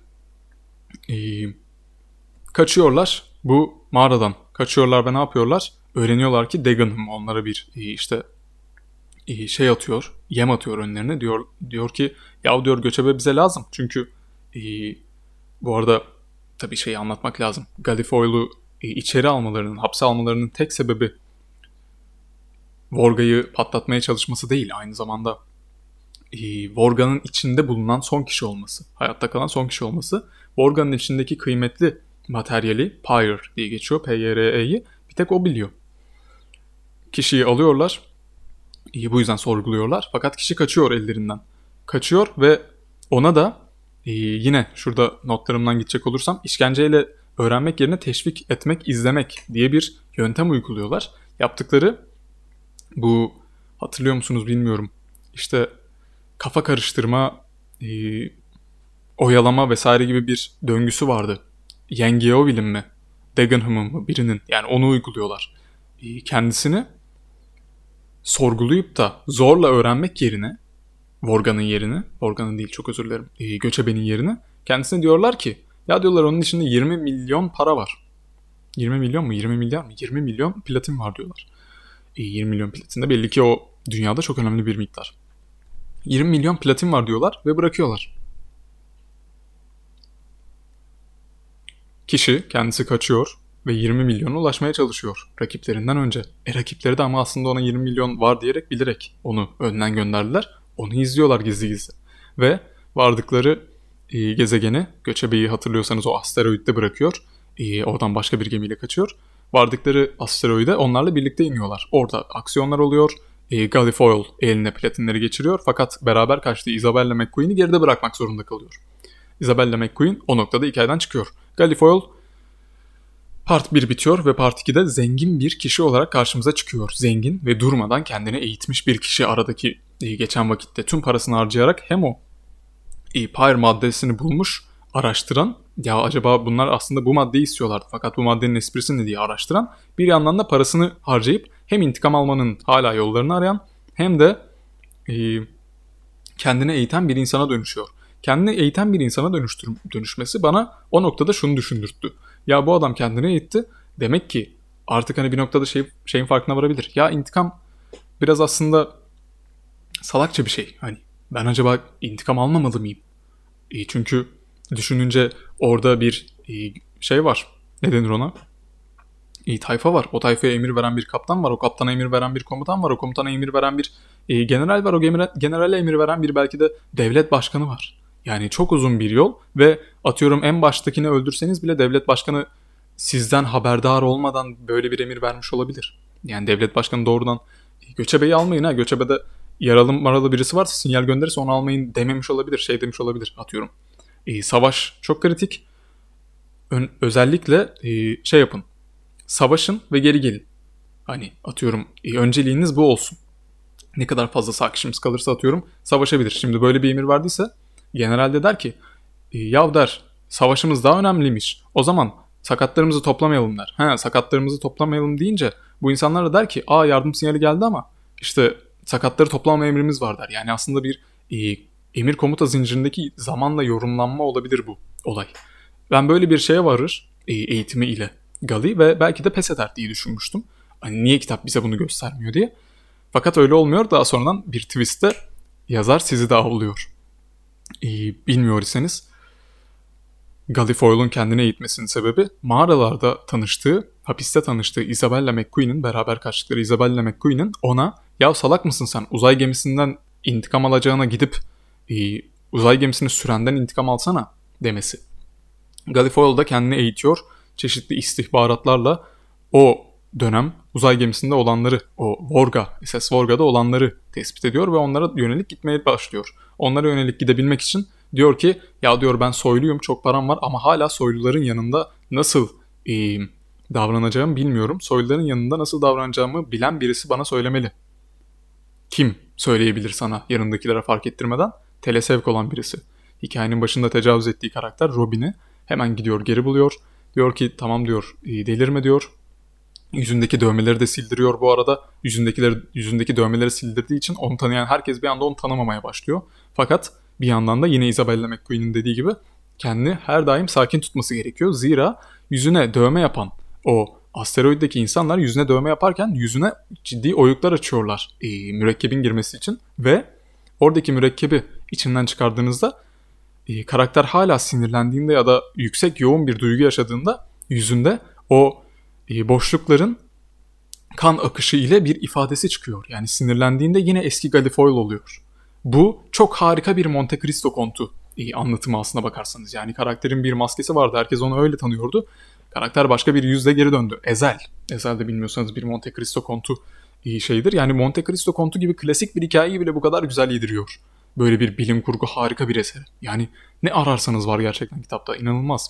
Kaçıyorlar bu mağaradan. Kaçıyorlar ve ne yapıyorlar? Öğreniyorlar ki Dagenham onlara bir şey atıyor. Yem atıyor önlerine. Diyor ki ya diyor göçebe bize lazım. Çünkü bu arada tabii şeyi anlatmak lazım. Gallifroy'u içeri almalarının, hapse almalarının tek sebebi Vorga'yı patlatmaya çalışması değil. Aynı zamanda Vorga'nın içinde bulunan son kişi olması. Hayatta kalan son kişi olması. Vorga'nın içindeki kıymetli materyali, Pyre diye geçiyor. P-Y-R-E'yi bir tek o biliyor. Kişiyi alıyorlar. Bu yüzden sorguluyorlar. Fakat kişi kaçıyor ellerinden. Kaçıyor ve ona da yine şurada notlarımdan gidecek olursam işkenceyle öğrenmek yerine teşvik etmek, izlemek diye bir yöntem uyguluyorlar. Yaptıkları bu, hatırlıyor musunuz bilmiyorum. İşte kafa karıştırma, oyalama vesaire gibi bir döngüsü vardı. Yengeovil'in mi? Dagenham'ın mı? Birinin. Yani onu uyguluyorlar. Kendisini sorgulayıp da zorla öğrenmek yerine Vorga'nın değil çok özür dilerim, göçebenin yerine kendisine diyorlar ki ya diyorlar onun içinde 20 milyon para var. 20 milyon mu? 20 milyar mı? 20 milyon platin var diyorlar. 20 milyon platin de belli ki o dünyada çok önemli bir miktar. 20 milyon platin var diyorlar ve bırakıyorlar. Kişi kendisi kaçıyor ve 20 milyona ulaşmaya çalışıyor rakiplerinden önce. Rakipleri de ama aslında ona 20 milyon var diyerek bilerek onu önden gönderdiler. Onu izliyorlar gizli gizli. Ve vardıkları gezegeni, göçebeyi hatırlıyorsanız o asteroitte bırakıyor. Oradan başka bir gemiyle kaçıyor. Vardıkları asteroide onlarla birlikte iniyorlar. Orada aksiyonlar oluyor. Gallifroy eline platinleri geçiriyor. Fakat beraber kaçtığı Isabella McQueen'i geride bırakmak zorunda kalıyor. Isabella McQueen o noktada hikayeden çıkıyor. Gallifroy Part 1 bitiyor ve Part 2'de zengin bir kişi olarak karşımıza çıkıyor. Zengin ve durmadan kendini eğitmiş bir kişi aradaki geçen vakitte tüm parasını harcayarak hem o Pyre maddesini bulmuş, araştıran, ya acaba bunlar aslında bu maddeyi istiyorlardı fakat bu maddenin esprisi ne diye araştıran, bir yandan da parasını harcayıp hem intikam almanın hala yollarını arayan hem de kendini eğiten bir insana dönüşüyor. Kendini eğiten bir insana dönüşmesi bana o noktada şunu düşündürttü. Ya bu adam kendini eğitti. Demek ki artık hani bir noktada şeyin farkına varabilir. Ya intikam biraz aslında salakça bir şey. Hani ben acaba intikam almamalı mıyım? Çünkü düşününce orada bir şey var. Ne denir ona? Tayfa var. O tayfaya emir veren bir kaptan var. O kaptana emir veren bir komutan var. O komutana emir veren bir general var. O generale emir veren bir belki de devlet başkanı var. Yani çok uzun bir yol ve atıyorum en baştakini öldürseniz bile devlet başkanı sizden haberdar olmadan böyle bir emir vermiş olabilir. Yani devlet başkanı doğrudan göçebeyi almayın ha. Göçebede yaralı maralı birisi varsa sinyal gönderirse onu almayın dememiş olabilir. Şey demiş olabilir atıyorum. Savaş çok kritik. Özellikle şey yapın. Savaşın ve geri gelin. Hani atıyorum önceliğiniz bu olsun. Ne kadar fazla sakişimiz kalırsa atıyorum savaşabilir. Şimdi böyle bir emir verdiyse general der ki yav der savaşımız daha önemliymiş. O zaman sakatlarımızı toplamayalım der. Sakatlarımızı toplamayalım deyince bu insanlar da der ki yardım sinyali geldi ama işte sakatları toplama emrimiz var der. Yani aslında bir emir komuta zincirindeki zamanla yorumlanma olabilir bu olay. Ben böyle bir şeye varır eğitimi ile Gali ve belki de pes eder diye düşünmüştüm. Hani niye kitap bize bunu göstermiyor diye. Fakat öyle olmuyor. Daha sonradan bir twist'te yazar sizi de avlıyor. Bilmiyor iseniz Gallifroy'un kendine eğitmesinin sebebi mağaralarda tanıştığı, hapiste tanıştığı Isabella McQueen'in, beraber kaçtıkları Isabella McQueen'in ona ya salak mısın sen uzay gemisinden intikam alacağına gidip uzay gemisini sürenden intikam alsana demesi. Gallifroy da kendini eğitiyor. Çeşitli istihbaratlarla o dönem uzay gemisinde olanları, o SS Vorga'da olanları tespit ediyor ve onlara yönelik gitmeye başlıyor. Onlara yönelik gidebilmek için Diyor ki ya diyor ben soyluyum, çok param var ama hala soyluların yanında nasıl e, davranacağımı bilmiyorum. Soyluların yanında nasıl davranacağımı bilen birisi bana söylemeli. Kim söyleyebilir sana yanındakilere fark ettirmeden? Telesevk olan birisi. Hikayenin başında tecavüz ettiği karakter Robin'i hemen gidiyor geri buluyor. Diyor ki tamam diyor delirme diyor. Yüzündeki dövmeleri de sildiriyor bu arada. Yüzündeki dövmeleri sildirdiği için onu tanıyan herkes bir anda onu tanımamaya başlıyor. Fakat bir yandan da yine Isabella McQueen'in dediği gibi kendini her daim sakin tutması gerekiyor. Zira yüzüne dövme yapan o asteroiddeki insanlar yüzüne dövme yaparken yüzüne ciddi oyuklar açıyorlar mürekkebin girmesi için. Ve oradaki mürekkebi içinden çıkardığınızda karakter hala sinirlendiğinde ya da yüksek yoğun bir duygu yaşadığında yüzünde o boşlukların kan akışı ile bir ifadesi çıkıyor. Yani sinirlendiğinde yine eski Gallifloy oluyor. Bu çok harika bir Monte Cristo kontu anlatımı aslına bakarsanız. Yani karakterin bir maskesi vardı. Herkes onu öyle tanıyordu. Karakter başka bir yüzle geri döndü. Ezel. Ezel de bilmiyorsanız bir Monte Cristo kontu şeydir. Yani Monte Cristo kontu gibi klasik bir hikayeyi bile bu kadar güzel yediriyor. Böyle bir bilim kurgu harika bir eser. Yani ne ararsanız var gerçekten kitapta. İnanılmaz.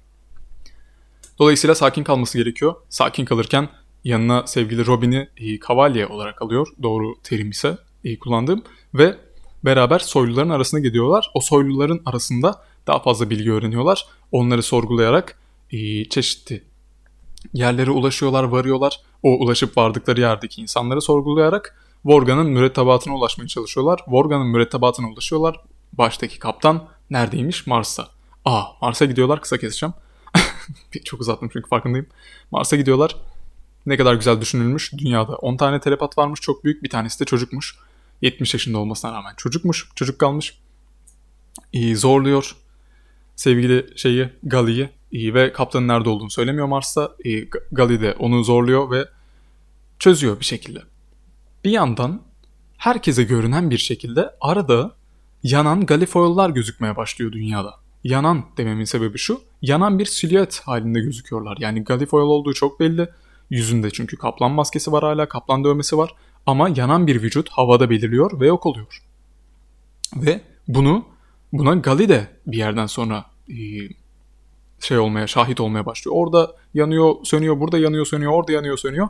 Dolayısıyla sakin kalması gerekiyor. Sakin kalırken yanına sevgili Robin'i kavalye olarak alıyor. Doğru terim ise kullandığım. Ve beraber soyluların arasına gidiyorlar. O soyluların arasında daha fazla bilgi öğreniyorlar. Onları sorgulayarak çeşitli yerlere ulaşıyorlar, varıyorlar. O ulaşıp vardıkları yerdeki insanları sorgulayarak Vorga'nın mürettebatına ulaşmaya çalışıyorlar. Vorga'nın mürettebatına ulaşıyorlar. Baştaki kaptan neredeymiş? Mars'ta. Mars'a gidiyorlar. Kısa keseceğim. Çok uzattım çünkü farkındayım. Mars'a gidiyorlar. Ne kadar güzel düşünülmüş. Dünyada 10 tane telepat varmış. Çok büyük. Bir tanesi de çocukmuş. 70 yaşında olmasına rağmen çocukmuş. Çocuk kalmış. Zorluyor. Sevgili Gully'yi ve kaptanın nerede olduğunu söylemiyor Mars'ta. Gully de onu zorluyor ve çözüyor bir şekilde. Bir yandan herkese görünen bir şekilde arada yanan Gallifloylular gözükmeye başlıyor dünyada. Yanan dememin sebebi şu. Yanan bir silüet halinde gözüküyorlar. Yani Gallifloylu olduğu çok belli. Yüzünde çünkü kaplan maskesi var hala. Kaplan dövmesi var. Ama yanan bir vücut havada belirliyor ve yok oluyor. Ve buna Gully de bir yerden sonra şahit olmaya başlıyor. Orada yanıyor, sönüyor, burada yanıyor, sönüyor, orada yanıyor, sönüyor.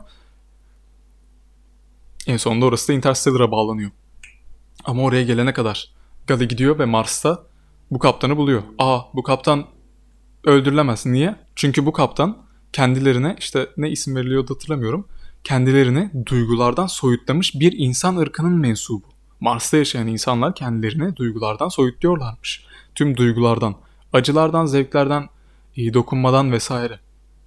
En sonunda orası da Interstellar'a bağlanıyor. Ama oraya gelene kadar Gully gidiyor ve Mars'ta bu kaptanı buluyor. Bu kaptan öldürülemez. Niye? Çünkü bu kaptan kendilerine ne isim veriliyordu hatırlamıyorum. Kendilerini duygulardan soyutlamış bir insan ırkının mensubu. Mars'ta yaşayan insanlar kendilerini duygulardan soyutluyorlarmış. Tüm duygulardan, acılardan, zevklerden, dokunmadan vesaire.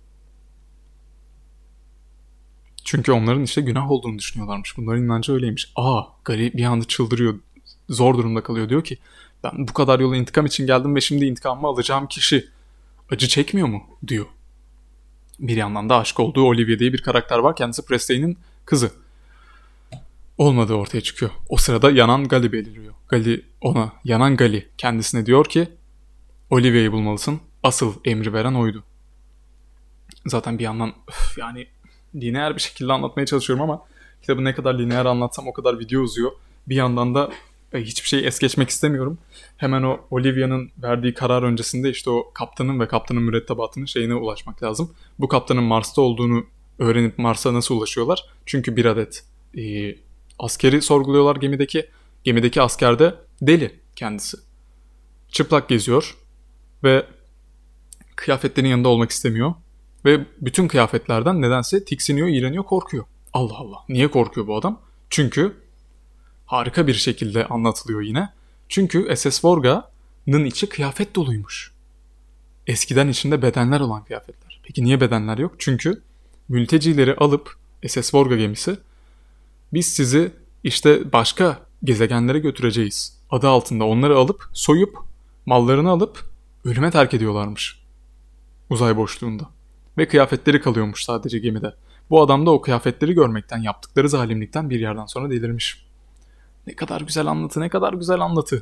Çünkü onların günah olduğunu düşünüyorlarmış. Bunların inancı öyleymiş. Gully bir anda çıldırıyor. Zor durumda kalıyor. Diyor ki ben bu kadar yola intikam için geldim ve şimdi intikamımı alacağım kişi acı çekmiyor mu? Diyor. Bir yandan da aşık olduğu Olivia diye bir karakter var. Kendisi Prestey'nin kızı. Olmadığı ortaya çıkıyor. O sırada yanan Gully beliriyor. Yanan Gully kendisine diyor ki Olivia'yı bulmalısın. Asıl emri veren oydu. Zaten bir yandan lineer bir şekilde anlatmaya çalışıyorum ama kitabı ne kadar lineer anlatsam o kadar video uzuyor. Bir yandan da hiçbir şeyi es geçmek istemiyorum. Hemen o Olivia'nın verdiği karar öncesinde o kaptanın ve kaptanın mürettebatının ulaşmak lazım. Bu kaptanın Mars'ta olduğunu öğrenip Mars'a nasıl ulaşıyorlar? Çünkü bir adet askeri sorguluyorlar gemideki. Gemideki asker de deli kendisi. Çıplak geziyor ve kıyafetlerin yanında olmak istemiyor. Ve bütün kıyafetlerden nedense tiksiniyor, iğreniyor, korkuyor. Allah Allah. Niye korkuyor bu adam? Çünkü harika bir şekilde anlatılıyor yine. Çünkü SS Vorga'nın içi kıyafet doluymuş. Eskiden içinde bedenler olan kıyafetler. Peki niye bedenler yok? Çünkü mültecileri alıp SS Vorga gemisi biz sizi başka gezegenlere götüreceğiz adı altında onları alıp soyup mallarını alıp ölüme terk ediyorlarmış. Uzay boşluğunda. Ve kıyafetleri kalıyormuş sadece gemide. Bu adam da o kıyafetleri görmekten, yaptıkları zalimlikten bir yerden sonra delirmiş. Ne kadar güzel anlatı, ne kadar güzel anlatı.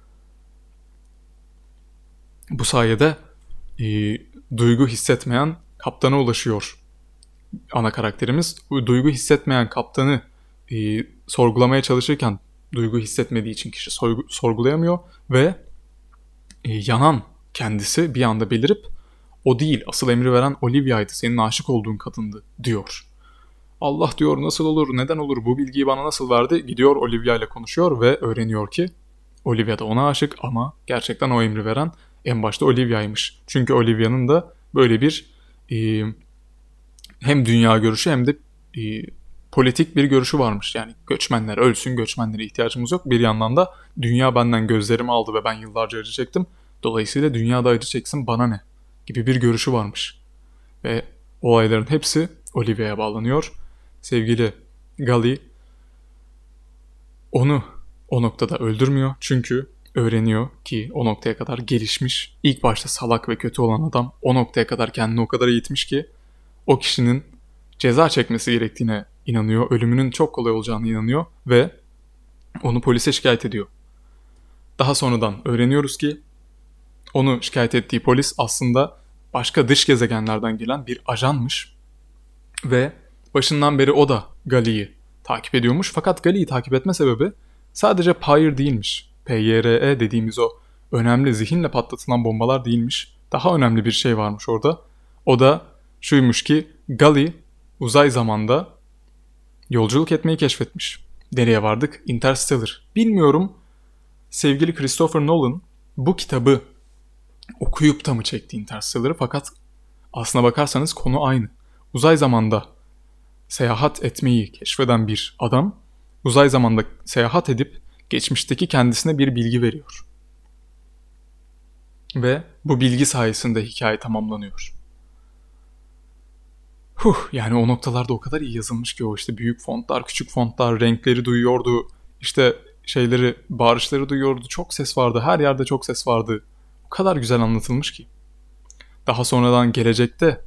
Bu sayede duygu hissetmeyen kaptana ulaşıyor ana karakterimiz. Bu duygu hissetmeyen kaptanı sorgulamaya çalışırken duygu hissetmediği için kişi sorgulayamıyor ve yanan kendisi bir anda belirip o değil, asıl emri veren Olivia'ydı, senin aşık olduğun kadındı diyor. Allah diyor, nasıl olur, neden olur, bu bilgiyi bana nasıl verdi? Gidiyor Olivia ile konuşuyor ve öğreniyor ki Olivia da ona aşık ama gerçekten o emri veren en başta Olivia'ymış. Çünkü Olivia'nın da böyle bir hem dünya görüşü hem de politik bir görüşü varmış. Yani göçmenler ölsün, göçmenlere ihtiyacımız yok. Bir yandan da dünya benden gözlerimi aldı ve ben yıllarca acı çektim. Dolayısıyla dünya da acı çeksin, bana ne gibi bir görüşü varmış. Ve olayların hepsi Olivia'ya bağlanıyor. Sevgili Gully onu o noktada öldürmüyor. Çünkü öğreniyor ki o noktaya kadar gelişmiş, ilk başta salak ve kötü olan adam o noktaya kadar kendini o kadar eğitmiş ki o kişinin ceza çekmesi gerektiğine inanıyor. Ölümünün çok kolay olacağına inanıyor ve onu polise şikayet ediyor. Daha sonradan öğreniyoruz ki onu şikayet ettiği polis aslında başka dış gezegenlerden gelen bir ajanmış ve başından beri o da Gully'yi takip ediyormuş. Fakat Gully'yi takip etme sebebi sadece Pyre değilmiş. PYRE dediğimiz o önemli zihinle patlatılan bombalar değilmiş. Daha önemli bir şey varmış orada. O da şuymuş ki Gully uzay zamanda yolculuk etmeyi keşfetmiş. Nereye vardık? Interstellar. Bilmiyorum sevgili Christopher Nolan bu kitabı okuyup da mı çekti Interstellar'ı, fakat aslına bakarsanız konu aynı. Uzay zamanda seyahat etmeyi keşfeden bir adam uzay zamanda seyahat edip geçmişteki kendisine bir bilgi veriyor. Ve bu bilgi sayesinde hikaye tamamlanıyor. Yani o noktalarda o kadar iyi yazılmış ki, o işte büyük fontlar, küçük fontlar, renkleri duyuyordu. İşte şeyleri, bağırışları duyuyordu. Çok ses vardı. Her yerde çok ses vardı. O kadar güzel anlatılmış ki. Daha sonradan gelecekte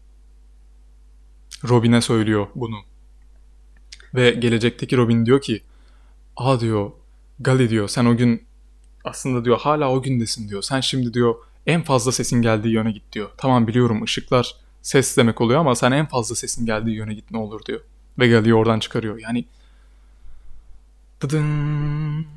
Robin'e söylüyor bunu. Ve gelecekteki Robin diyor ki, diyor, Gully diyor, sen o gün aslında diyor hala o gündesin diyor. Sen şimdi diyor en fazla sesin geldiği yöne git diyor. Tamam biliyorum ışıklar ses demek oluyor ama sen en fazla sesin geldiği yöne git ne olur diyor. Ve Gully'yi oradan çıkarıyor. Yani dıdın.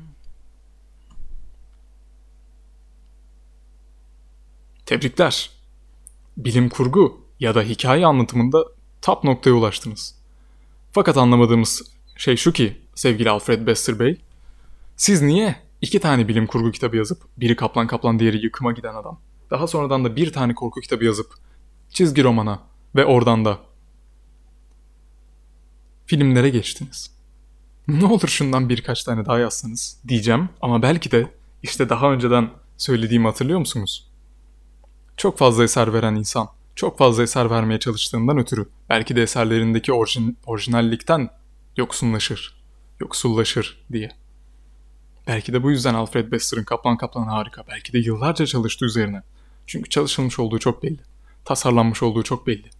Tebrikler. Bilim kurgu ya da hikaye anlatımında top noktaya ulaştınız. Fakat anlamadığımız şey şu ki sevgili Alfred Bester Bey, siz niye 2 tane bilim kurgu kitabı yazıp biri Kaplan Kaplan diğeri Yıkıma Giden Adam, daha sonradan da 1 tane korku kitabı yazıp çizgi romana ve oradan da filmlere geçtiniz? Ne olur şundan birkaç tane daha yazsanız diyeceğim ama belki de işte daha önceden söylediğimi hatırlıyor musunuz? Çok fazla eser veren insan, çok fazla eser vermeye çalıştığından ötürü belki de eserlerindeki orijinallikten yoksullaşır diye. Belki de bu yüzden Alfred Bester'ın Kaplan Kaplan harika. Belki de yıllarca çalıştı üzerine. Çünkü çalışılmış olduğu çok belli. Tasarlanmış olduğu çok belli.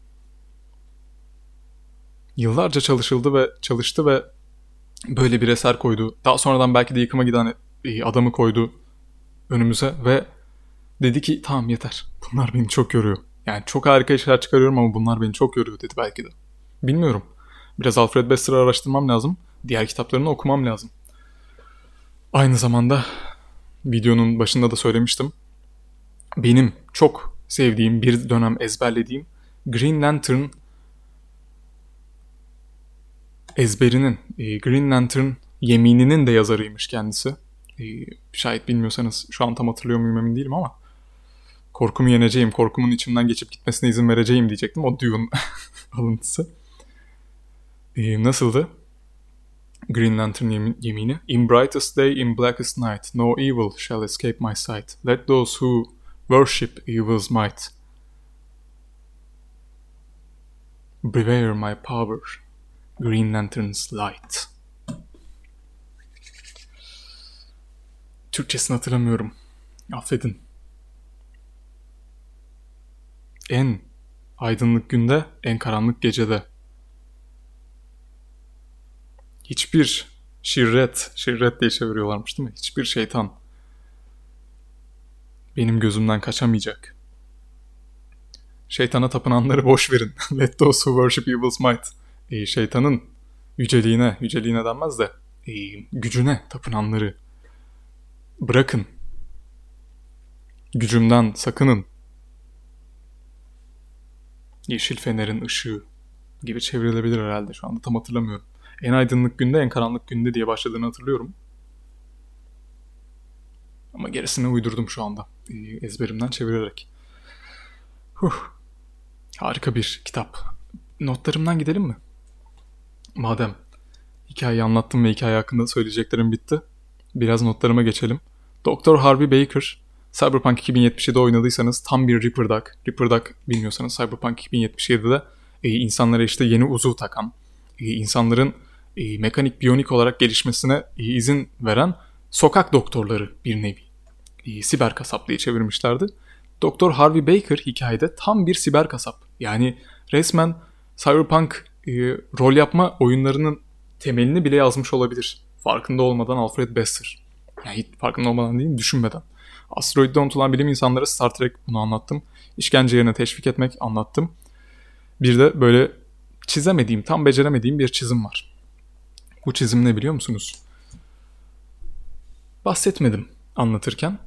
Yıllarca çalıştı ve böyle bir eser koydu. Daha sonradan belki de Yıkıma Giden Adamı koydu önümüze ve dedi ki tamam yeter. Bunlar beni çok yoruyor. Yani çok harika işler çıkarıyorum ama bunlar beni çok yoruyor dedi belki de. Bilmiyorum. Biraz Alfred Bester'ı araştırmam lazım. Diğer kitaplarını okumam lazım. Aynı zamanda videonun başında da söylemiştim. Benim çok sevdiğim, bir dönem ezberlediğim Green Lantern ezberinin, Green Lantern yemininin de yazarıymış kendisi. Şayet bilmiyorsanız şu an tam hatırlıyor muyum emin değilim ama korkumu yeneceğim, korkumun içimden geçip gitmesine izin vereceğim diyecektim. O Dune alıntısı. Nasıldı? Green Lantern yemini. In brightest day, in blackest night, no evil shall escape my sight. Let those who worship evil's might beware my power, Green Lantern's light. Türkçesini hatırlamıyorum. Affedin. En aydınlık günde, en karanlık gecede. Hiçbir şirret diye çeviriyorlarmış değil mi? Hiçbir şeytan benim gözümden kaçamayacak. Şeytana tapınanları boş verin. Let those who worship evil's might. Şeytanın yüceliğine denmez de gücüne tapınanları bırakın. Gücümden sakının. Yeşil fenerin ışığı gibi çevrilebilir herhalde, şu anda tam hatırlamıyorum. En aydınlık günde, en karanlık günde diye başladığını hatırlıyorum. Ama gerisini uydurdum şu anda ezberimden çevirerek. Harika bir kitap. Notlarımdan gidelim mi? Madem hikayeyi anlattım ve hikaye hakkında söyleyeceklerim bitti, biraz notlarıma geçelim. Dr. Harvey Baker, Cyberpunk 2077'de oynadıysanız tam bir Ripper Dog. Ripper Dog bilmiyorsanız Cyberpunk 2077'de insanlara işte yeni uzuv takan, insanların mekanik biyonik olarak gelişmesine izin veren sokak doktorları bir nevi. Siber kasap diye çevirmişlerdi. Dr. Harvey Baker hikayede tam bir siber kasap. Yani resmen Cyberpunk rol yapma oyunlarının temelini bile yazmış olabilir. Farkında olmadan Alfred Bester. Yani hiç farkında olmadan değil, düşünmeden. Asteroid'de unutulan bilim insanları, Star Trek, bunu anlattım. İşkence yerine teşvik etmek anlattım. Bir de böyle çizemediğim, tam beceremediğim bir çizim var. Bu çizim ne biliyor musunuz? Bahsetmedim anlatırken.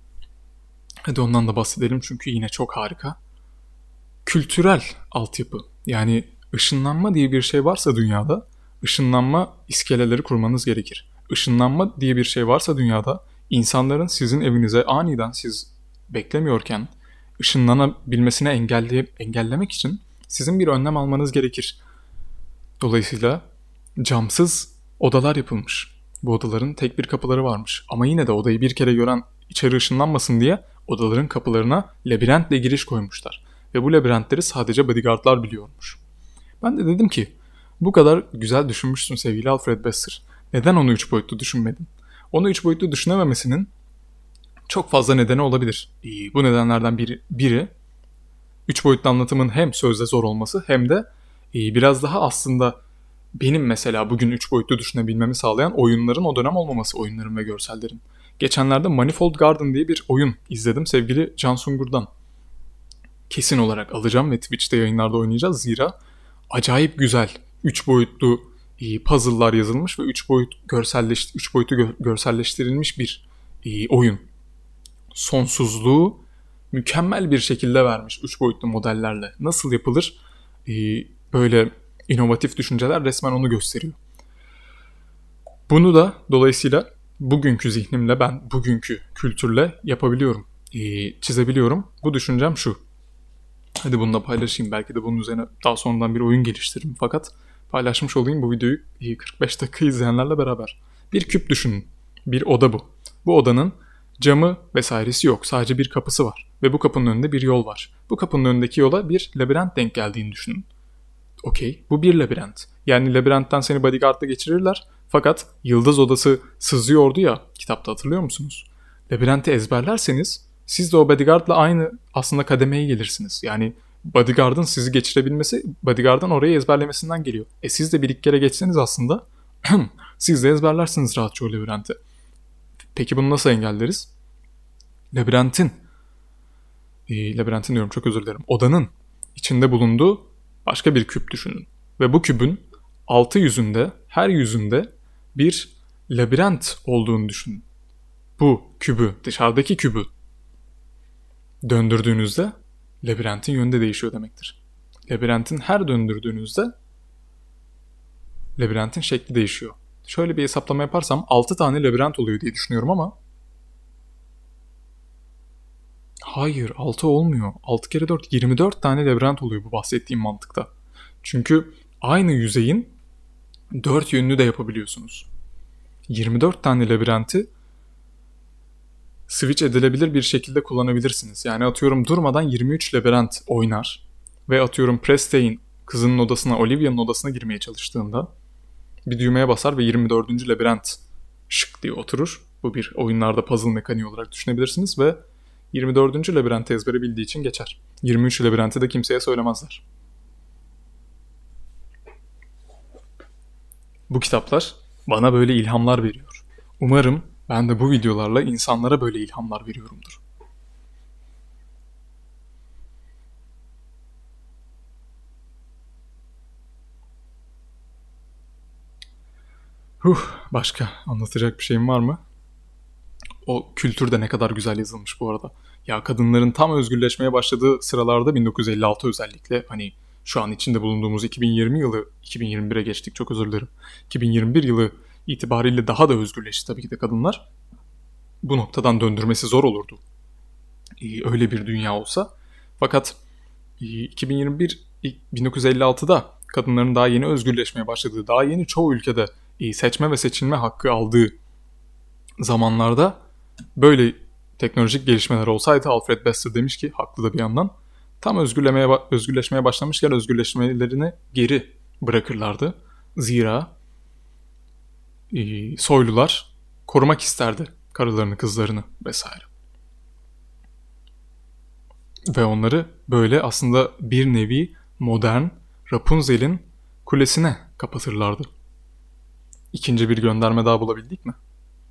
Hadi ondan da bahsedelim çünkü yine çok harika. Kültürel altyapı. Yani ışınlanma diye bir şey varsa dünyada, ışınlanma iskeleleri kurmanız gerekir. Işınlanma diye bir şey varsa dünyada, insanların sizin evinize aniden siz beklemiyorken ışınlanabilmesini engellemek için sizin bir önlem almanız gerekir. Dolayısıyla camsız odalar yapılmış. Bu odaların tek bir kapıları varmış. Ama yine de odayı bir kere gören içeri ışınlanmasın diye odaların kapılarına labirentle giriş koymuşlar. Ve bu labirentleri sadece bodyguardlar biliyormuş. Ben de dedim ki, bu kadar güzel düşünmüşsün sevgili Alfred Bester. Neden onu 3 boyutlu düşünmedin? Onu 3 boyutlu düşünememesinin çok fazla nedeni olabilir. Bu nedenlerden biri 3 boyutlu anlatımın hem sözde zor olması hem de biraz daha aslında benim mesela bugün 3 boyutlu düşünebilmemi sağlayan oyunların o dönem olmaması, oyunların ve görsellerin. Geçenlerde Manifold Garden diye bir oyun izledim sevgili Can Sungur'dan. Kesin olarak alacağım ve Twitch'te yayınlarda oynayacağız. Zira acayip güzel 3 boyutlu puzzle'lar yazılmış ve 3 boyutlu görselleştirilmiş bir oyun. Sonsuzluğu mükemmel bir şekilde vermiş 3 boyutlu modellerle. Nasıl yapılır? Böyle inovatif düşünceler resmen onu gösteriyor. Bunu da dolayısıyla bugünkü zihnimle, ben bugünkü kültürle yapabiliyorum, çizebiliyorum. Bu düşüncem şu. Hadi bunu da paylaşayım. Belki de bunun üzerine daha sonradan bir oyun geliştiririm. Fakat paylaşmış olayım bu videoyu 45 dakika izleyenlerle beraber. Bir küp düşünün. Bir oda bu. Bu odanın camı vesairesi yok. Sadece bir kapısı var. Ve bu kapının önünde bir yol var. Bu kapının önündeki yola bir labirent denk geldiğini düşünün. Okey, bu bir labirent. Yani labirentten seni bodyguardla geçirirler. Fakat Yıldız Odası sızıyordu ya kitapta, hatırlıyor musunuz? Labirenti ezberlerseniz siz de o bodyguardla aynı aslında kademeye gelirsiniz. Yani bodyguardın sizi geçirebilmesi bodyguardın orayı ezberlemesinden geliyor. Siz de bir iki kere geçseniz aslında siz de ezberlersiniz rahatça o labirenti. Peki bunu nasıl engelleriz? Labirentin diyorum, çok özür dilerim. Odanın içinde bulunduğu başka bir küp düşünün. Ve bu kübün her yüzünde bir labirent olduğunu düşünün. Bu kübü, dışarıdaki kübü döndürdüğünüzde labirentin yönü de değişiyor demektir. Labirentin her döndürdüğünüzde labirentin şekli değişiyor. Şöyle bir hesaplama yaparsam 6 tane labirent oluyor diye düşünüyorum ama hayır, 6 olmuyor. 6 kere 4, 24 tane labirent oluyor bu bahsettiğim mantıkta. Çünkü aynı yüzeyin 4 yönünü de yapabiliyorsunuz. 24 tane labirenti switch edilebilir bir şekilde kullanabilirsiniz. Yani atıyorum durmadan 23 labirent oynar ve atıyorum Prestey'in kızının odasına, Olivia'nın odasına girmeye çalıştığında bir düğmeye basar ve 24. labirent şık diye oturur. Bu bir oyunlarda puzzle mekaniği olarak düşünebilirsiniz ve 24. labirenti ezbere bildiği için geçer. 23 labirenti de kimseye söylemezler. Bu kitaplar bana böyle ilhamlar veriyor. Umarım ben de bu videolarla insanlara böyle ilhamlar veriyorumdur. Başka anlatacak bir şeyim var mı? O kültür de ne kadar güzel yazılmış bu arada. Ya kadınların tam özgürleşmeye başladığı sıralarda 1956 özellikle hani şu an içinde bulunduğumuz 2020 yılı 2021'e geçtik çok özür dilerim. 2021 yılı itibariyle daha da özgürleşti tabii ki de kadınlar. Bu noktadan döndürmesi zor olurdu. Öyle bir dünya olsa. Fakat 2021 1956'da kadınların daha yeni özgürleşmeye başladığı, daha yeni çoğu ülkede seçme ve seçilme hakkı aldığı zamanlarda böyle teknolojik gelişmeler olsaydı Alfred Bester demiş ki haklı da bir yandan tam özgürleşmeye başlamışken özgürleşmelerini geri bırakırlardı. Zira soylular korumak isterdi karılarını, kızlarını vesaire. Ve onları böyle aslında bir nevi modern Rapunzel'in kulesine kapatırlardı. İkinci bir gönderme daha bulabildik mi?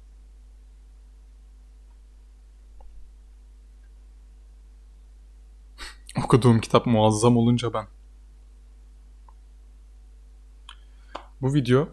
Okuduğum kitap muazzam olunca ben. Bu video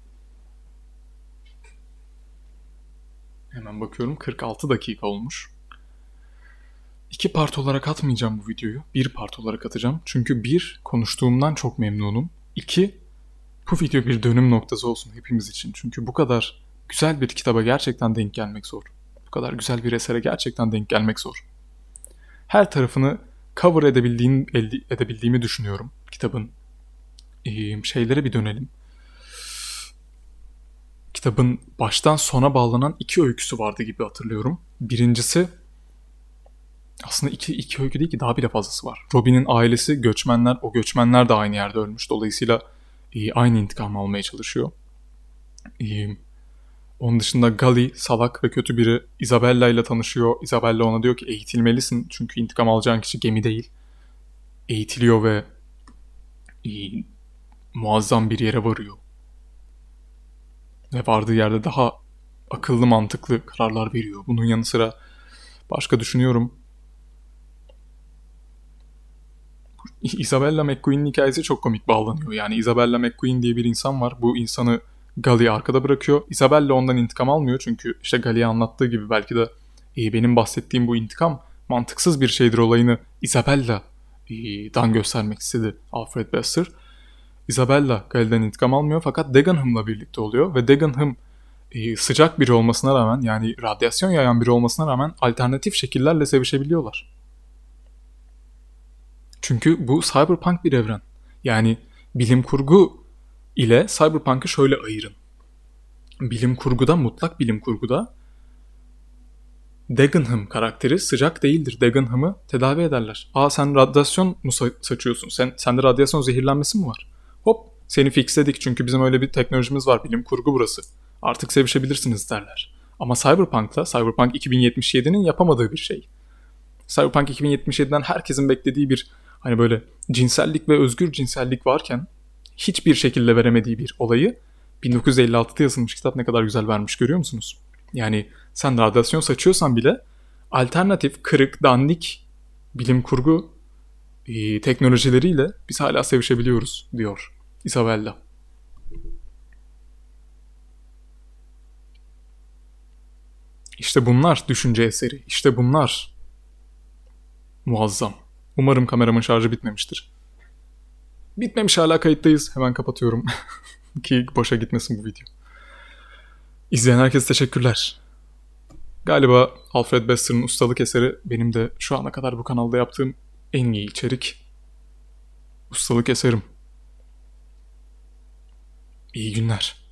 hemen bakıyorum 46 dakika olmuş. 2 part olarak atmayacağım bu videoyu. 1 part olarak atacağım. Çünkü 1 konuştuğumdan çok memnunum. 2 bu video bir dönüm noktası olsun hepimiz için. Çünkü bu kadar güzel bir kitaba gerçekten denk gelmek zor. Bu kadar güzel bir esere gerçekten denk gelmek zor. Her tarafını cover edebildiğimi düşünüyorum kitabın. Şeylere bir dönelim. Kitabın baştan sona bağlanan 2 öyküsü vardı gibi hatırlıyorum. Birincisi aslında iki öykü değil ki daha bile fazlası var. Robin'in ailesi göçmenler, o göçmenler de aynı yerde ölmüş. Dolayısıyla aynı intikamı almaya çalışıyor. Onun dışında Gully salak ve kötü biri Isabella ile tanışıyor. Isabella ona diyor ki eğitilmelisin çünkü intikam alacağın kişi gemi değil. Eğitiliyor ve muazzam bir yere varıyor. Ve vardığı yerde daha akıllı mantıklı kararlar veriyor. Bunun yanı sıra başka düşünüyorum. Isabella McQueen'in hikayesi çok komik bağlanıyor. Yani Isabella McQueen diye bir insan var. Bu insanı Gully arkada bırakıyor. Isabella ondan intikam almıyor. Çünkü işte Gully'ye anlattığı gibi belki de benim bahsettiğim bu intikam mantıksız bir şeydir olayını Isabella'dan göstermek istedi Alfred Bester. Isabella Gully'den intikam almıyor fakat Dagenham'la birlikte oluyor. Ve Dagenham sıcak biri olmasına rağmen yani radyasyon yayan biri olmasına rağmen alternatif şekillerle sevişebiliyorlar. Çünkü bu cyberpunk bir evren. Yani bilim kurgu ile cyberpunk'ı şöyle ayırın. Bilim kurguda, mutlak bilim kurguda Dagenham karakteri sıcak değildir. Dagenham'ı tedavi ederler. Aa sen radyasyon mu saçıyorsun? Sende radyasyon zehirlenmesi mi var? Hop seni fixledik çünkü bizim öyle bir teknolojimiz var. Bilim kurgu burası. Artık sevişebilirsiniz derler. Ama Cyberpunk'ta, Cyberpunk 2077'nin yapamadığı bir şey. Cyberpunk 2077'den herkesin beklediği bir hani böyle cinsellik ve özgür cinsellik varken hiçbir şekilde veremediği bir olayı 1956'da yazılmış kitap ne kadar güzel vermiş görüyor musunuz? Yani sen radyasyon saçıyorsan bile alternatif, kırık, dandik bilim kurgu teknolojileriyle biz hala sevişebiliyoruz diyor Isabella. İşte bunlar düşünce eseri. İşte bunlar muazzam. Umarım kameramın şarjı bitmemiştir. Bitmemiş hala kayıttayız. Hemen kapatıyorum. Ki boşa gitmesin bu video. İzleyen herkese teşekkürler. Galiba Alfred Bester'ın ustalık eseri benim de şu ana kadar bu kanalda yaptığım en iyi içerik. Ustalık eserim. İyi günler.